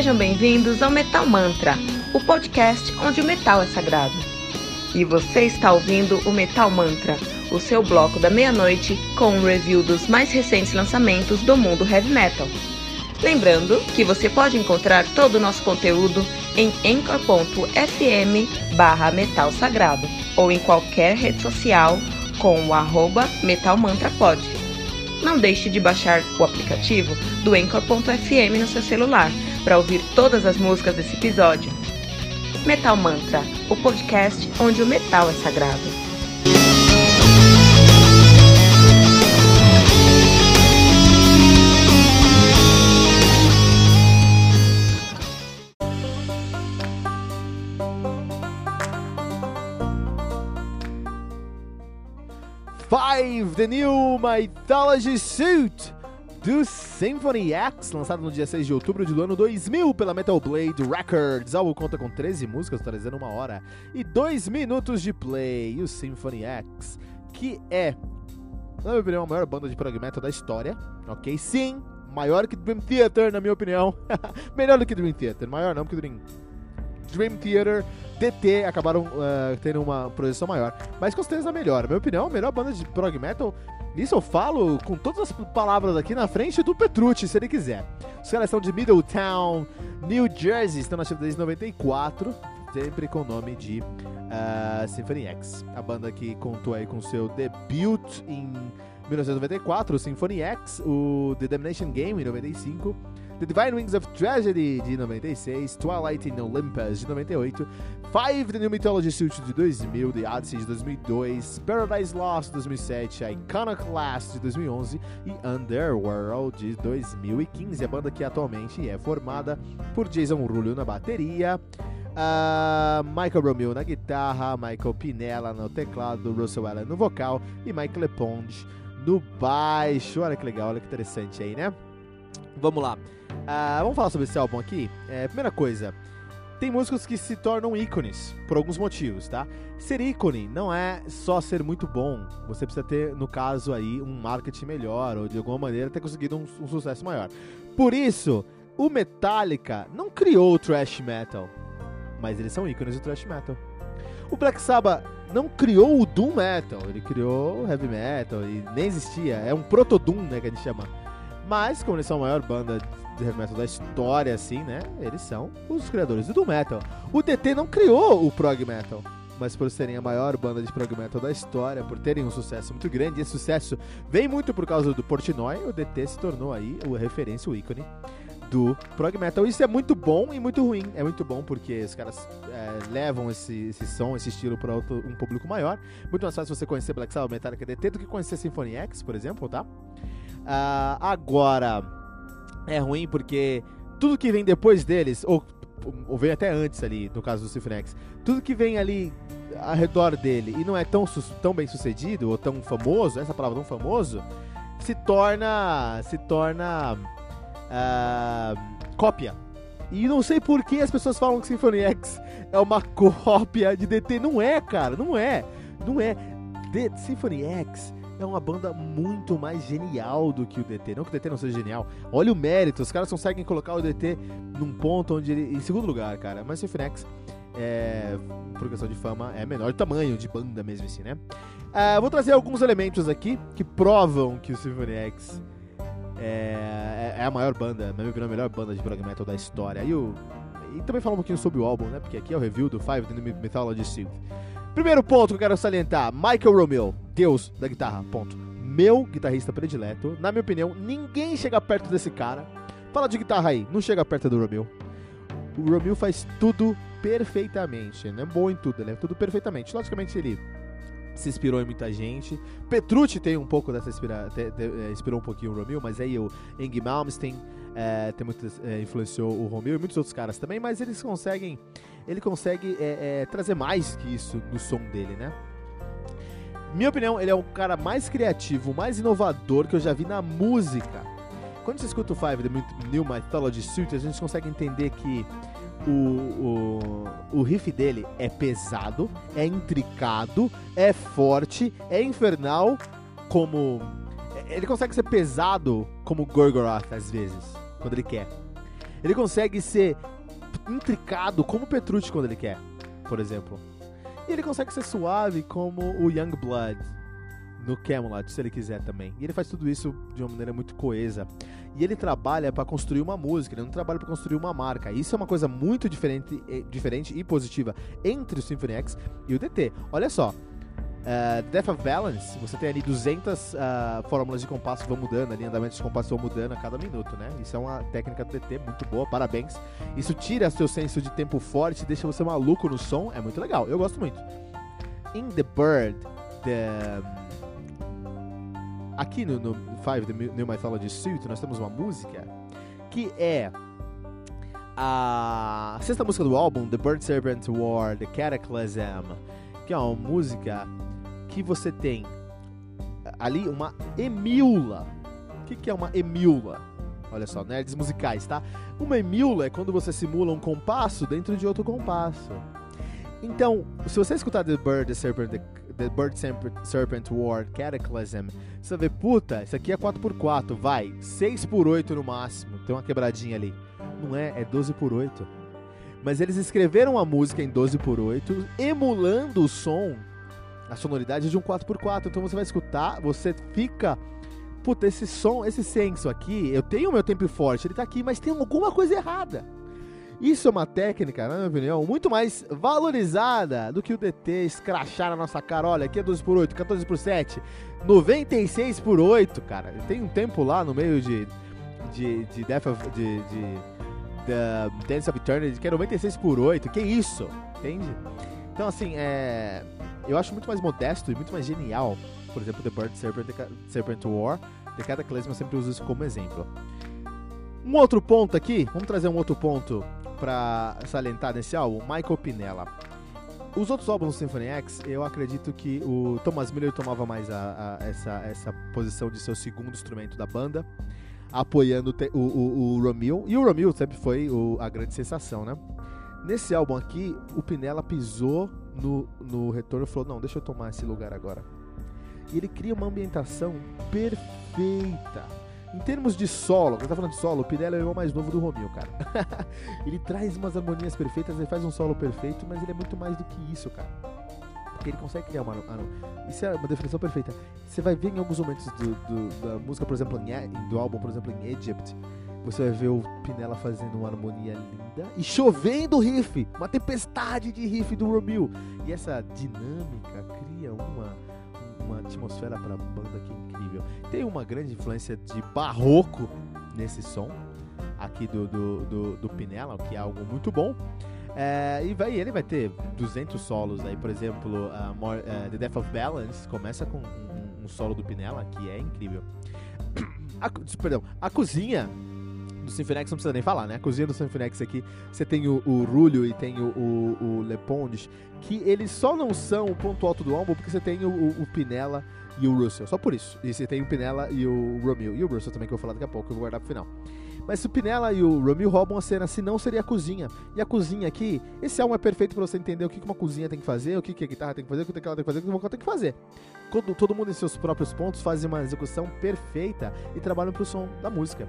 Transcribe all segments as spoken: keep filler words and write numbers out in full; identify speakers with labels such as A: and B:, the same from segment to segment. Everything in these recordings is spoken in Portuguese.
A: Sejam bem-vindos ao Metal Mantra, o podcast onde o metal é sagrado. E você está ouvindo o Metal Mantra, o seu bloco da meia-noite com um review dos mais recentes lançamentos do mundo heavy metal. Lembrando que você pode encontrar todo o nosso conteúdo em anchor ponto f m barra metal sagrado ou em qualquer rede social com o arroba metalmantrapod. Não deixe de baixar o aplicativo do anchor ponto f m no seu celular para ouvir todas as músicas desse episódio. Metal Mantra, o podcast onde o metal é sagrado.
B: Five, the new Mythology Suit do Symphony X, lançado no dia seis de outubro do ano dois mil pela Metal Blade Records. O álbum conta com treze músicas, totalizando uma hora e dois minutos de play. E o Symphony X, que é, na minha opinião, a maior banda de prog metal da história, ok? Sim, maior que Dream Theater, na minha opinião. Melhor do que Dream Theater, maior não, porque Dream... Dream Theater, D T acabaram uh, tendo uma projeção maior, mas com certeza melhor. Na minha opinião, a melhor banda de prog metal. Isso eu falo com todas as palavras aqui na frente do Petrucci, se ele quiser. Os caras são de Middletown, New Jersey, estão na desde noventa e quatro, sempre com o nome de uh, Symphony X. A banda que contou aí com seu debut em mil novecentos e noventa e quatro, o Symphony X, o The Damnation Game em noventa e cinco, The Divine Wings of Tragedy de noventa e seis, Twilight in Olympus de noventa e oito, Five, The New Mythology Suit de dois mil, The Odyssey de dois mil e dois, Paradise Lost de dois mil e sete, Iconoclast de dois mil e onze e Underworld de dois mil e quinze. A banda que atualmente é formada por Jason Rullo na bateria, uh, Michael Romeo na guitarra, Michael Pinella no teclado, Russell Allen no vocal e Mike LePonge no baixo. Olha que legal, olha que interessante aí, né? Vamos lá. Uh, vamos falar sobre esse álbum aqui. É, primeira coisa, tem músicos que se tornam ícones por alguns motivos, tá? Ser ícone não é só ser muito bom. Você precisa ter, no caso aí, um marketing melhor ou de alguma maneira ter conseguido um, um sucesso maior. Por isso, o Metallica não criou o thrash metal, mas eles são ícones do thrash metal. O Black Sabbath não criou o doom metal, ele criou o heavy metal e nem existia. É um proto-doom, né, que a gente chama. Mas, como eles são a maior banda de heavy metal da história, assim, né? Eles são os criadores do doom metal. O D T não criou o prog metal, mas por serem a maior banda de prog metal da história, por terem um sucesso muito grande, e esse sucesso vem muito por causa do Portnoy, o D T se tornou aí a referência, o ícone do prog metal. Isso é muito bom e muito ruim. É muito bom porque os caras é, levam esse, esse som, esse estilo para um público maior. Muito mais fácil você conhecer Black Sabbath, Metallica, D T do que conhecer Symphony X, por exemplo, tá? Uh, agora, é ruim porque tudo que vem depois deles, ou, ou vem até antes ali, no caso do Symphony X, tudo que vem ali ao redor dele e não é tão, tão bem sucedido ou tão famoso, essa palavra tão famoso, se torna, se torna uh, cópia. E não sei por que as pessoas falam que Symphony X é uma cópia de D T. Não é, cara, não é. Não é. The Symphony X é uma banda muito mais genial do que o D T. Não que o D T não seja genial. Olha o mérito. Os caras conseguem colocar o D T num ponto onde ele... em segundo lugar, cara. Mas o Symphony X, é, por questão de fama, é menor de tamanho, de banda mesmo assim, né? Uh, vou trazer alguns elementos aqui que provam que o Symphony X é, é a maior banda, na minha opinião, a melhor banda de prog metal da história. E, o, e também falar um pouquinho sobre o álbum, né? Porque aqui é o review do Five, The New Mythology Suit. Primeiro ponto que eu quero salientar, Michael Romeo, deus da guitarra, ponto. Meu guitarrista predileto, na minha opinião, ninguém chega perto desse cara. Fala de guitarra aí, não chega perto do Romeo. O Romeo faz tudo perfeitamente, ele é bom em tudo, ele é tudo perfeitamente. Logicamente ele se inspirou em muita gente. Petrucci tem um pouco dessa inspira... te, te, é, inspirou um pouquinho o Romeo, mas aí o Yngwie Malmsteen é, tem muito, é, influenciou o Romeo e muitos outros caras também, mas eles conseguem ele consegue é, é, trazer mais que isso no som dele, né? Minha opinião, ele é o cara mais criativo, mais inovador que eu já vi na música. Quando você escuta o Five, The New Mythology Suit, a gente consegue entender que o, o, o riff dele é pesado, é intricado, é forte, é infernal, como... Ele consegue ser pesado como Gorgoroth, às vezes, quando ele quer. Ele consegue ser intricado como o Petrucci quando ele quer, por exemplo. E ele consegue ser suave como o Youngblood no Camelot, se ele quiser também. E ele faz tudo isso de uma maneira muito coesa. E ele trabalha para construir uma música, ele não trabalha para construir uma marca. Isso é uma coisa muito diferente, diferente e positiva entre o Symphony X e o D T. Olha só, uh, Death of Balance, você tem ali duzentas uh, fórmulas de compasso que vão mudando, ali andamentos de compasso vão mudando a cada minuto, né? Isso é uma técnica do D T muito boa, parabéns. Isso tira seu senso de tempo forte, deixa você maluco no som, é muito legal, eu gosto muito. In the Bird, the... aqui no, no Five, The New Mythology Suite, nós temos uma música que é a sexta música do álbum, The Bird Serpent War, The Cataclysm, que é uma música que você tem ali uma emula. O que, que é uma emula? Olha só, nerds musicais, tá? Uma emula é quando você simula um compasso dentro de outro compasso. Então, se você escutar The Bird, The Serpent, The, The Bird Serpent War, Cataclysm, você vê, puta, isso aqui é quatro por quatro, vai, seis por oito no máximo, tem uma quebradinha ali. Não é, é doze por oito. Mas eles escreveram a música em doze por oito, emulando o som, a sonoridade de um quatro por quatro. Então você vai escutar, você fica, puta, esse som, esse senso aqui, eu tenho o meu tempo forte, ele tá aqui, mas tem alguma coisa errada. Isso é uma técnica, na minha opinião, muito mais valorizada do que o D T escrachar na nossa cara. Olha, aqui é doze por oito, quatorze por sete, noventa e seis por oito, cara. Tem um tempo lá no meio de de, de Death of... de, de The Dance of Eternity que é noventa e seis por oito. Que isso? Entende? Então, assim, é... eu acho muito mais modesto e muito mais genial. Por exemplo, The Bird Serpent, Serpent War, The Cataclysm, eu sempre uso isso como exemplo. Um outro ponto aqui, vamos trazer um outro ponto pra salientar nesse álbum, Michael Pinella. Os outros álbuns do Symphony X, eu acredito que o Thomas Miller tomava mais a, a, essa, essa posição de ser o segundo instrumento da banda, apoiando o, o, o Romeo, e o Romeo sempre foi o, a grande sensação, né? Nesse álbum aqui, o Pinella pisou no, no retorno e falou, não, deixa eu tomar esse lugar agora. E ele cria uma ambientação perfeita. Em termos de solo, quando tá falando de solo, o Pinella é o irmão mais novo do Romeo, cara. Ele traz umas harmonias perfeitas, ele faz um solo perfeito, mas ele é muito mais do que isso, cara. Porque ele consegue criar uma... Ah, isso é uma definição perfeita. Você vai ver em alguns momentos do, do, da música, por exemplo, em, do álbum, por exemplo, em Egypt, você vai ver o Pinella fazendo uma harmonia linda e chovendo riff, uma tempestade de riff do Romeo. E essa dinâmica cria uma... uma atmosfera pra banda que é incrível. Tem uma grande influência de barroco nesse som aqui do, do, do, do Pinella, que é algo muito bom. É, e vai, ele vai ter duzentos solos aí, por exemplo, uh, more, uh, The Death of Balance começa com um, um solo do Pinella que é incrível. A, perdão, a cozinha do Symphony X não precisa nem falar, né? A cozinha do Symphony X aqui, você tem o, o Rulio e tem o, o, o Le Pons, que eles só não são o ponto alto do álbum porque você tem o, o, o Pinella e o Russell, só por isso. E você tem o Pinella e o Romeo, e o Russell também, que eu vou falar daqui a pouco, eu vou guardar pro final. Mas se o Pinella e o Romeo roubam a cena, se não seria a cozinha. E a cozinha aqui, esse álbum é perfeito pra você entender o que uma cozinha tem que fazer, o que a guitarra tem que fazer, o que o teclado tem que fazer, o que o vocal tem que fazer. Quando todo mundo em seus próprios pontos faz uma execução perfeita e trabalham pro som da música.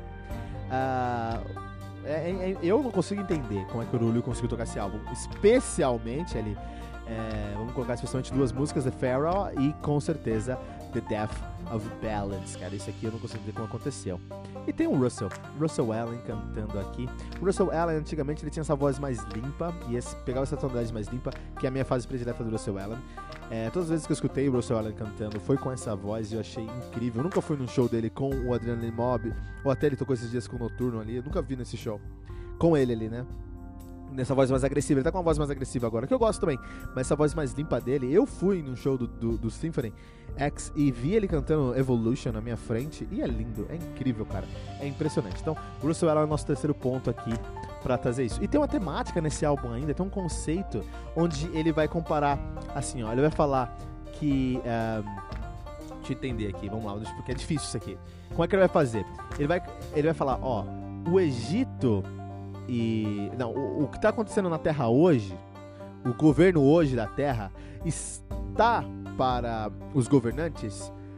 B: Uh, é, é, eu não consigo entender como é que o Rulio conseguiu tocar esse álbum, especialmente ele, é, vamos colocar especialmente duas músicas, The Pharaoh e com certeza The Death of Balance, cara, isso aqui eu não consigo entender como aconteceu. E tem o Russell, Russell Allen cantando aqui. O Russell Allen antigamente ele tinha essa voz mais limpa, e esse, pegava essa tonalidade mais limpa, que é a minha fase predileta do Russell Allen. É, todas as vezes que eu escutei o Russell Allen cantando foi com essa voz e eu achei incrível. Eu nunca fui num show dele com o Adrenaline Mob, ou até ele tocou esses dias com o Noturno ali, eu nunca vi nesse show com ele ali, né? Nessa voz mais agressiva, ele tá com uma voz mais agressiva agora, que eu gosto também, mas essa voz mais limpa dele, eu fui num show do, do, do Symphony X e vi ele cantando Evolution na minha frente, e é lindo, é incrível, cara, é impressionante. Então, o Russell Allen é o nosso terceiro ponto aqui pra trazer isso. E tem uma temática nesse álbum ainda, tem um conceito onde ele vai comparar, assim, ó, ele vai falar que... Um, deixa eu entender aqui, vamos lá, porque é difícil isso aqui. Como é que ele vai fazer? Ele vai, ele vai falar, ó, o Egito... E não, o, o que está acontecendo na Terra hoje, o governo hoje da Terra está para os governantes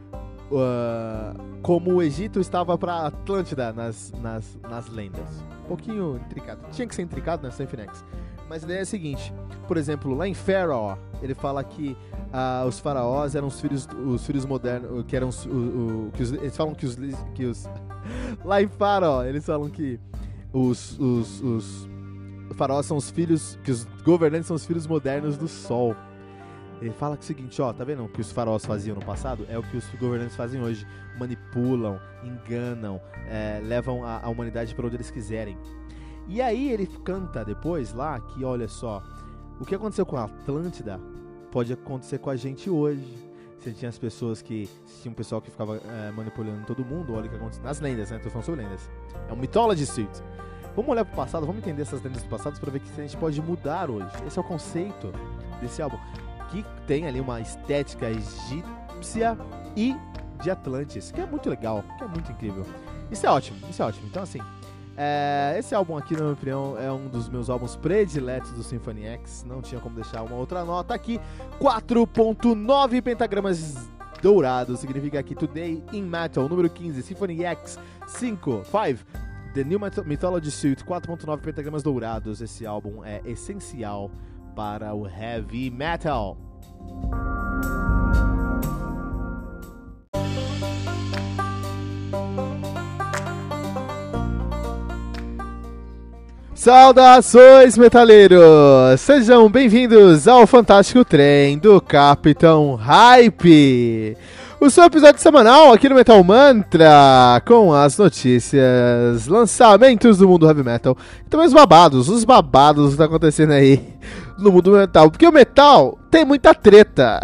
B: uh, como o Egito estava pra Atlântida nas, nas, nas lendas. Um pouquinho intricado. Tinha que ser intricado na Symphony X. Mas a ideia é a seguinte, por exemplo, lá em Pharaoh, ele fala que uh, os faraós eram os filhos, os filhos modernos, que eram os, o, o, que os, eles falam que os, que os lá em Pharaoh, eles falam que os, os, os faraós são os filhos, que os governantes são os filhos modernos do sol. Ele fala que é o seguinte, ó, tá vendo o que os faraós faziam no passado? É o que os governantes fazem hoje, manipulam, enganam, é, levam a, a humanidade para onde eles quiserem. E aí ele canta depois lá que, olha só, o que aconteceu com a Atlântida pode acontecer com a gente hoje. Você tinha as pessoas que... Tinha um pessoal que ficava é, manipulando todo mundo. Olha o que aconteceu nas lendas, né? Tô falando sobre lendas. É um mythology suit. Vamos olhar pro passado, vamos entender essas lendas do passado pra ver que a gente pode mudar hoje. Esse é o conceito desse álbum. Que tem ali uma estética egípcia e de Atlantis. Que é muito legal, que é muito incrível. Isso é ótimo, isso é ótimo. Então assim... É, esse álbum aqui, na minha opinião, é um dos meus álbuns prediletos do Symphony X. Não tinha como deixar uma outra nota aqui. quatro ponto nove pentagramas dourados. Significa que Today in Metal, número quinze, Symphony X cinco, cinco, The New Mythology Suite, quatro ponto nove pentagramas dourados. Esse álbum é essencial para o heavy metal. Saudações, metaleiros! Sejam bem-vindos ao fantástico trem do Capitão Hype! O seu episódio semanal aqui no Metal Mantra, com as notícias, lançamentos do mundo heavy metal e também os babados, os babados que estão acontecendo aí no mundo metal, porque o metal tem muita treta.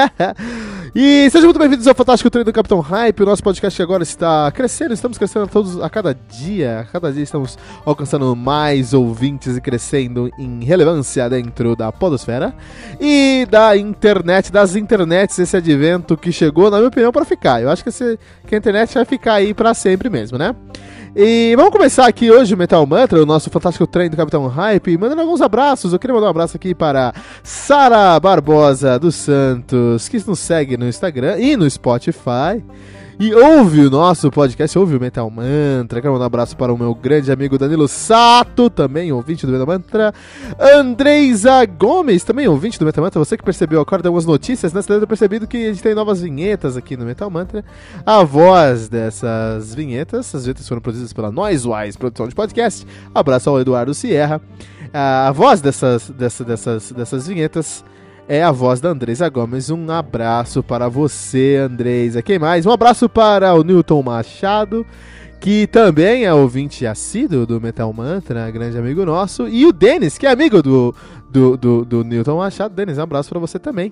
B: E sejam muito bem-vindos ao Fantástico Treino do Capitão Hype, o nosso podcast que agora está crescendo, estamos crescendo a, todos, a cada dia, a cada dia estamos alcançando mais ouvintes e crescendo em relevância dentro da podosfera e da internet, das internets, esse advento que chegou, na minha opinião, para ficar. Eu acho que, esse, que a internet vai ficar aí para sempre mesmo, né? E vamos começar aqui hoje o Metal Mantra, o nosso fantástico trem do Capitão Hype, mandando alguns abraços. Eu queria mandar um abraço aqui para Sara Barbosa dos Santos, que nos segue no Instagram e no Spotify e ouve o nosso podcast, ouve o Metal Mantra. Quero mandar um abraço para o meu grande amigo Danilo Sato, também ouvinte do Metal Mantra. Andreisa Gomes, também ouvinte do Metal Mantra. Você que percebeu agora, tem algumas notícias, né? Você deve ter percebido que a gente tem novas vinhetas aqui no Metal Mantra. A voz dessas vinhetas, as vinhetas foram produzidas pela Noisewise, produção de podcast. Abraço ao Eduardo Sierra. A voz dessas, dessas, dessas, dessas vinhetas é a voz da Andreisa Gomes. Um abraço para você, Andreisa. Quem mais? Um abraço para o Newton Machado, que também é ouvinte assíduo do Metal Mantra, grande amigo nosso. E o Denis, que é amigo do, do, do, do Newton Machado. Denis, um abraço para você também.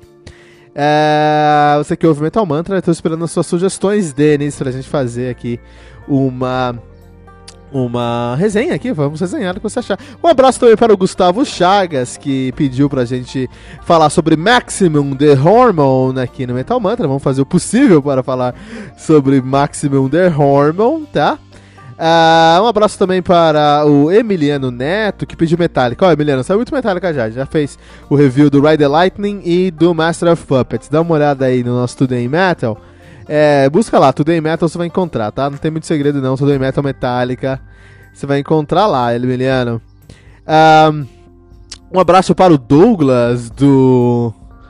B: É, você que ouve Metal Mantra, estou esperando as suas sugestões, Denis, para a gente fazer aqui uma... uma resenha aqui, vamos resenhar o que você achar. Um abraço também para o Gustavo Chagas, que pediu pra gente falar sobre Maximum The Hormone aqui no Metal Mantra. Vamos fazer o possível para falar sobre Maximum The Hormone, tá? Uh, um abraço também para o Emiliano Neto, que pediu Metallica. Ó, Emiliano, saiu muito Metallica já. Já fez o review do Ride the Lightning e do Master of Puppets. Dá uma olhada aí no nosso Today Metal. É, busca lá, Today Metal você vai encontrar, tá? Não tem muito segredo não, Today Metal Metallica. Você vai encontrar lá, Emiliano. Um, um abraço para o Douglas do,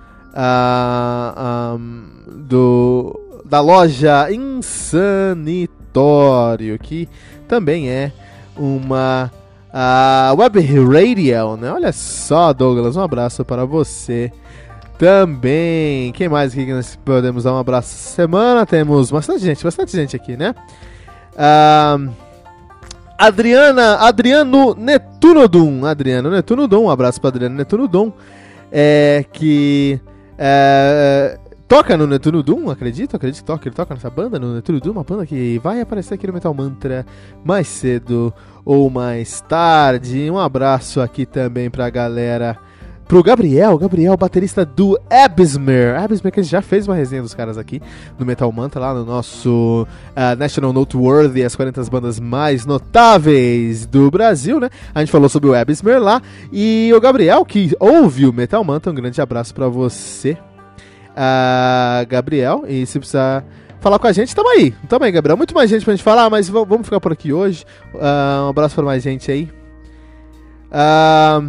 B: uh, um, do da loja Insanitório, que também é uma uh, web radio, né? Olha só, Douglas, um abraço para você também. Quem mais aqui que nós podemos dar um abraço essa semana? Temos bastante gente, bastante gente aqui, né? Um, Adriana, Adriano Netunodum, Adriano Netunodum, um abraço para Adriano Netunodum, é, que é, toca no Netunodum, acredito, acredito que toca, ele toca nessa banda, no Netunodum, uma banda que vai aparecer aqui no Metal Mantra mais cedo ou mais tarde. Um abraço aqui também pra galera, pro Gabriel, Gabriel, baterista do Abyssmer, Abyssmer, que a gente já fez uma resenha dos caras aqui no Metal Mantra, lá no nosso uh, National Noteworthy, as quarenta bandas mais notáveis do Brasil, né? A gente falou sobre o Abyssmer lá, e o Gabriel, que ouve o Metal Mantra, um grande abraço pra você, uh, Gabriel, e se precisar falar com a gente, tamo aí. Tamo aí, Gabriel. Muito mais gente pra gente falar, mas v- vamos ficar por aqui hoje. Uh, um abraço pra mais gente aí. Uh,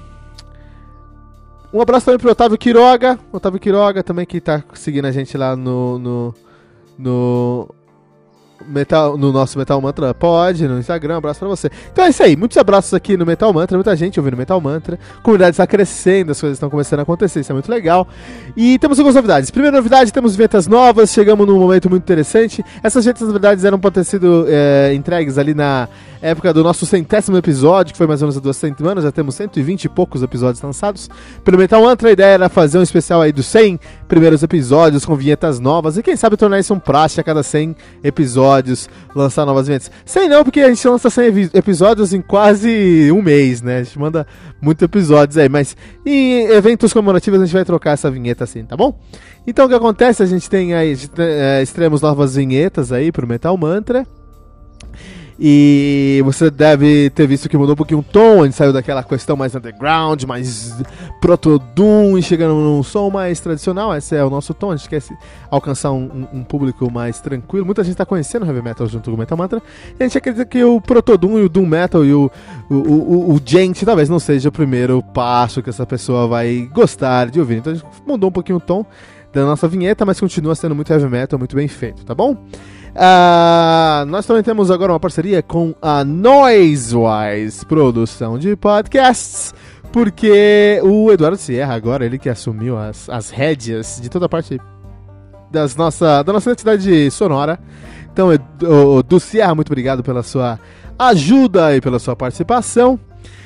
B: um abraço também pro Otávio Quiroga. Otávio Quiroga também que tá seguindo a gente lá no... no, no Metal, no nosso Metal Mantra Pod, no Instagram, um abraço pra você. Então é isso aí, muitos abraços aqui no Metal Mantra, muita gente ouvindo Metal Mantra, a comunidade está crescendo, as coisas estão começando a acontecer, isso é muito legal. E temos algumas novidades. Primeira novidade, temos vinhetas novas, chegamos num momento muito interessante. Essas vinhetas, na verdade, eram para ter sido é, entregues ali na época do nosso centésimo episódio, que foi mais ou menos há duas semanas, já temos cento e vinte e poucos episódios lançados pelo Metal Mantra. A ideia era fazer um especial aí dos cem primeiros episódios com vinhetas novas e quem sabe tornar isso um praxe a cada cem episódios, lançar novas vinhetas. cem não, porque a gente lança cem episódios em quase um mês, né? A gente manda muitos episódios aí, mas em eventos comemorativos a gente vai trocar essa vinheta assim, tá bom? Então o que acontece? A gente tem aí, é, extremos novas vinhetas aí pro Metal Mantra. E você deve ter visto que mudou um pouquinho o tom, a gente saiu daquela questão mais underground, mais proto-doom, e chegando num som mais tradicional. Esse é o nosso tom, a gente quer alcançar um, um, um público mais tranquilo. Muita gente está conhecendo o Heavy Metal junto com o Metal Mantra, e a gente acredita que o proto-doom e o Doom Metal e o, o, o, o Gent talvez não seja o primeiro passo que essa pessoa vai gostar de ouvir. Então a gente mudou um pouquinho o tom da nossa vinheta, mas continua sendo muito Heavy Metal, muito bem feito, tá bom? Uh, nós também temos agora uma parceria com a Noisewise Produção de Podcasts, porque o Eduardo Sierra agora, ele que assumiu as, as rédeas de toda a parte das nossa, da nossa identidade sonora. Então, o, do Sierra, muito obrigado pela sua ajuda e pela sua participação.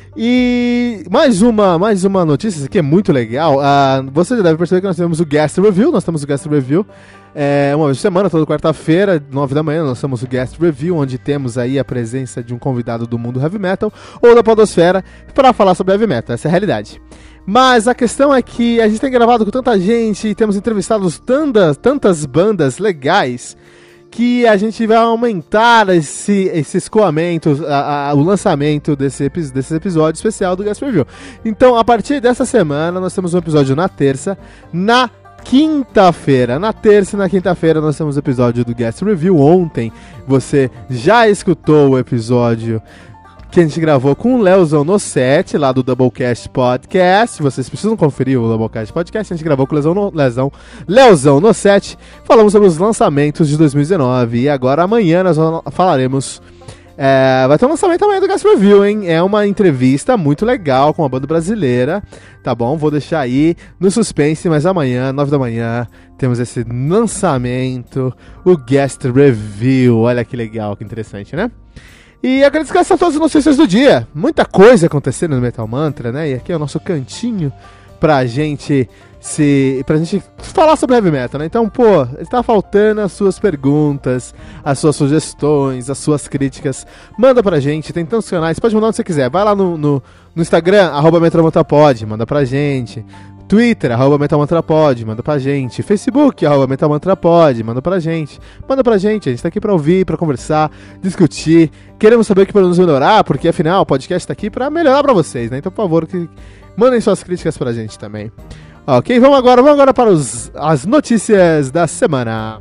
B: E mais uma, mais uma notícia, isso aqui é muito legal. Uh, você já deve perceber que nós temos o Guest Review, nós temos o Guest Review é, uma vez por semana, toda quarta-feira, nove da manhã, nós temos o Guest Review, onde temos aí a presença de um convidado do mundo Heavy Metal ou da podosfera para falar sobre Heavy Metal, essa é a realidade. Mas a questão é que a gente tem gravado com tanta gente e temos entrevistado tantas, tantas bandas legais que a gente vai aumentar esse, esse escoamento, a, a, o lançamento desse, desse episódio especial do Guest Review. Então, a partir dessa semana, nós temos um episódio na terça, na quinta-feira. Na terça e na quinta-feira nós temos o episódio do Guest Review. Ontem você já escutou o episódio que a gente gravou com o Leozão no set, lá do Doublecast Podcast. Vocês precisam conferir o Doublecast Podcast. A gente gravou com o Leozão no, Leozão, Leozão no set. Falamos sobre os lançamentos de dois mil e dezenove. E agora, amanhã, nós falaremos... É, vai ter um lançamento também do Guest Review, hein? É uma entrevista muito legal com uma banda brasileira, tá bom? Vou deixar aí no suspense, mas amanhã, nove da manhã, temos esse lançamento, o Guest Review. Olha que legal, que interessante, né? E agradeço a todas as notícias do dia. Muita coisa acontecendo no Metal Mantra, né? E aqui é o nosso cantinho pra gente... Se, pra gente falar sobre Heavy Metal, né? Então, pô, está faltando as suas perguntas, as suas sugestões, as suas críticas. Manda pra gente, tem tantos canais, pode mandar onde você quiser. Vai lá no, no, no Instagram, arroba MetalMantraPod, manda pra gente. Twitter, arroba MetalMantraPod, manda pra gente. Facebook, arroba MetalMantraPod, manda pra gente. Manda pra gente, a gente tá aqui pra ouvir, pra conversar, discutir. Queremos saber o que podemos melhorar, porque afinal o podcast tá aqui pra melhorar pra vocês, né? Então, por favor, que mandem suas críticas pra gente também. Ok, vamos agora, vamos agora para os, as notícias da semana.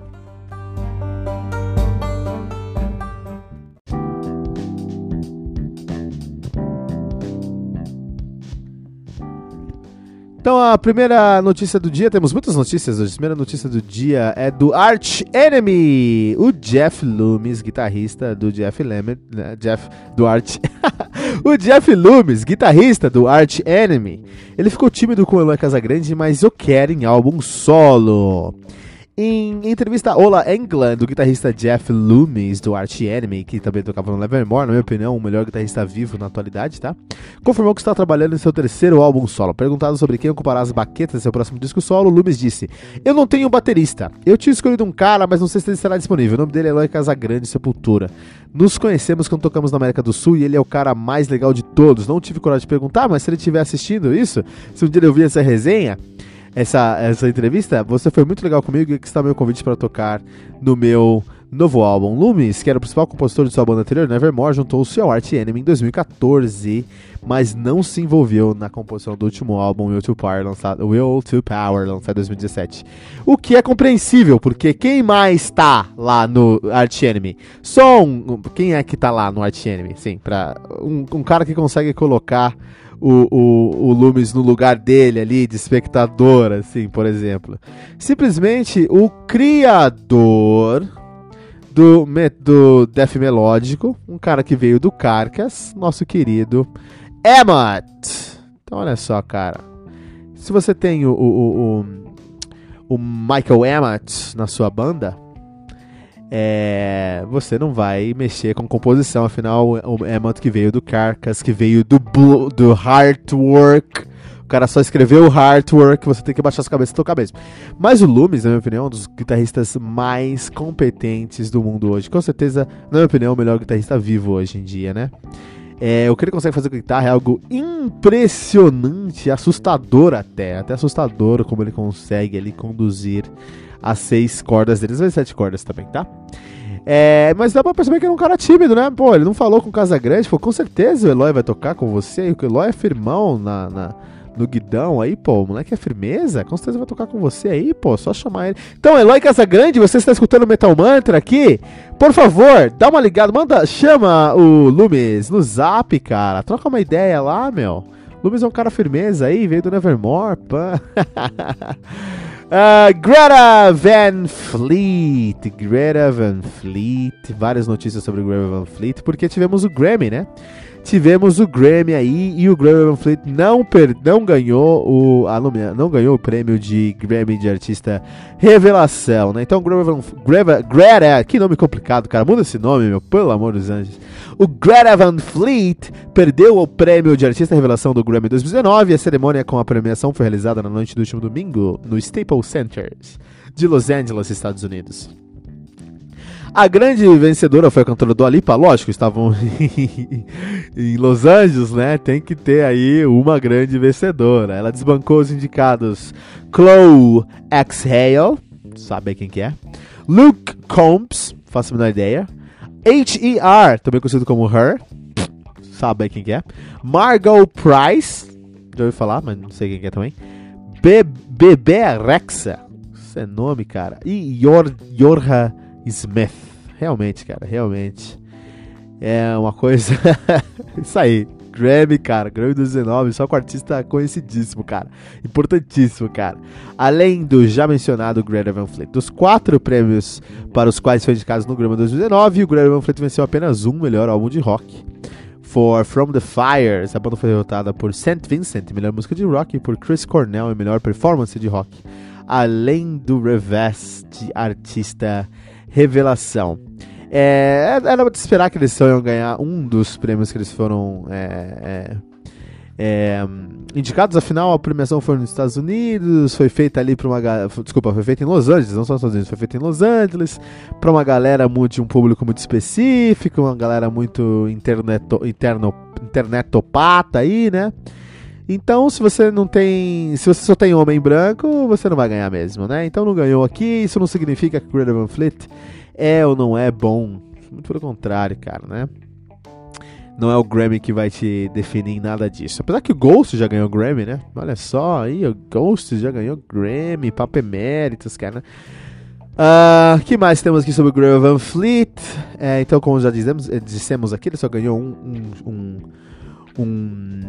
B: Então a primeira notícia do dia, temos muitas notícias hoje. A primeira notícia do dia é do Arch Enemy, o Jeff Loomis, guitarrista do Jeff Loomis, né, Jeff do Arch, o Jeff Loomis, guitarrista do Arch Enemy. Ele ficou tímido com o Eloy Casagrande, mas o quer em álbum solo. Em entrevista a Ola England, do guitarrista Jeff Loomis, do Arch Enemy, que também tocava no Nevermore, na minha opinião, o melhor guitarrista vivo na atualidade, tá? Confirmou que está trabalhando em seu terceiro álbum solo. Perguntado sobre quem ocupará as baquetas do seu próximo disco solo, Loomis disse: "Eu não tenho um baterista. Eu tinha escolhido um cara, mas não sei se ele estará disponível. O nome dele é Eloy Casagrande, Sepultura. Nos conhecemos quando tocamos na América do Sul e ele é o cara mais legal de todos. Não tive coragem de perguntar, mas se ele estiver assistindo isso, se um dia ele ouvir essa resenha, Essa, essa entrevista, você foi muito legal comigo e que está meu convite para tocar no meu, novo álbum. Loomis, que era o principal compositor de sua banda anterior, Nevermore, juntou-se ao Arch Enemy em dois mil e catorze, mas não se envolveu na composição do último álbum, Will to Power, lançado, Will to Power, lançado em dois mil e dezessete. O que é compreensível, porque quem mais tá lá no Arch Enemy? Só um... Quem é que tá lá no Arch Enemy? Sim, pra, um, um cara que consegue colocar O, o, o Loomis no lugar dele ali, de espectador, assim, por exemplo. Simplesmente o criador do, do Death Melódico, um cara que veio do Carcass, nosso querido Emmett. Então olha só, cara. Se você tem o, o, o, o Michael Emmett na sua banda, É, você não vai mexer com composição, afinal o Emmett que veio do Carcass, que veio do, Blue, do Heartwork, o cara só escreveu o Heartwork, você tem que baixar as cabeças e tocar mesmo. Mas o Loomis, na minha opinião, é um dos guitarristas mais competentes do mundo hoje, com certeza, na minha opinião, o melhor guitarrista vivo hoje em dia, né? É, o que ele consegue fazer com a guitarra é algo impressionante, assustador até, até assustador como ele consegue ali conduzir as seis cordas dele, às vezes sete cordas também, tá? É, mas dá pra perceber que ele é um cara tímido, né? Pô, ele não falou com o Casagrande, pô, com certeza o Eloy vai tocar com você, e o Eloy é firmão na, na, no guidão aí, pô, o moleque é firmeza, com certeza vai tocar com você aí, pô, só chamar ele. Então, Eloy Casagrande, você está escutando o Metal Mantra aqui? Por favor, dá uma ligada, manda, chama o Loomis no zap, cara, troca uma ideia lá, meu. Loomis é um cara firmeza aí, veio do Nevermore, pã. Uh, Greta Van Fleet, Greta Van Fleet, várias notícias sobre Greta Van Fleet, porque tivemos o Grammy, né? Tivemos o Grammy aí e o Greta Van Fleet não, per, não ganhou o ah, não, não ganhou o prêmio de Grammy de artista revelação, né? Então Greta Van Greta, Greta, que nome complicado, cara, muda esse nome, meu, pelo amor dos anjos. O Greta Van Fleet perdeu o prêmio de artista revelação do Grammy dois mil e dezenove. A cerimônia com a premiação foi realizada na noite do último domingo no Staples Center de Los Angeles, Estados Unidos. A grande vencedora foi a cantora Dua Lipa, lógico, estavam em Los Angeles, né? Tem que ter aí uma grande vencedora. Ela desbancou os indicados Chloe Exhale, sabe quem que é? Luke Combs, faço a menor ideia. H E R, também conhecido como Her, sabe quem que é? Margot Price, já ouvi falar, mas não sei quem que é também. Be- Bebê Rexa, isso é nome, cara. E Yor- Yorha Smith, realmente, cara, realmente é uma coisa. Isso aí, Grammy, cara, Grammy dois mil e dezenove, só com artista conhecidíssimo, cara, importantíssimo, cara. Além do já mencionado Greta Van Fleet, dos quatro prêmios para os quais foi indicado no Grammy dois mil e dezenove, o Greta Van Fleet venceu apenas um melhor álbum de rock. For From the Fires, a banda foi derrotada por Saint Vincent, melhor música de rock, e por Chris Cornell, melhor performance de rock, além do Revest de artista revelação. É, era de esperar que eles iam ganhar um dos prêmios que eles foram é, é, é, indicados. Afinal, a premiação foi nos Estados Unidos, foi feita ali para uma desculpa, foi feita em Los Angeles, não só nos Estados Unidos, foi feita em Los Angeles para uma galera muito, de um público muito específico, uma galera muito interneto, interno, internetopata aí, né? Então, se você não tem, se você só tem homem branco, você não vai ganhar mesmo, né? Então não ganhou aqui, isso não significa que o Greta Van Fleet é ou não é bom. Muito pelo contrário, cara, né? Não é o Grammy que vai te definir em nada disso. Apesar que o Ghost já ganhou Grammy, né? Olha só, aí o Ghost já ganhou Grammy, papo eméritos, cara. O uh, que mais temos aqui sobre o Greta Van Fleet? É, então, como já dizemos, dissemos aqui, ele só ganhou um... um, um, um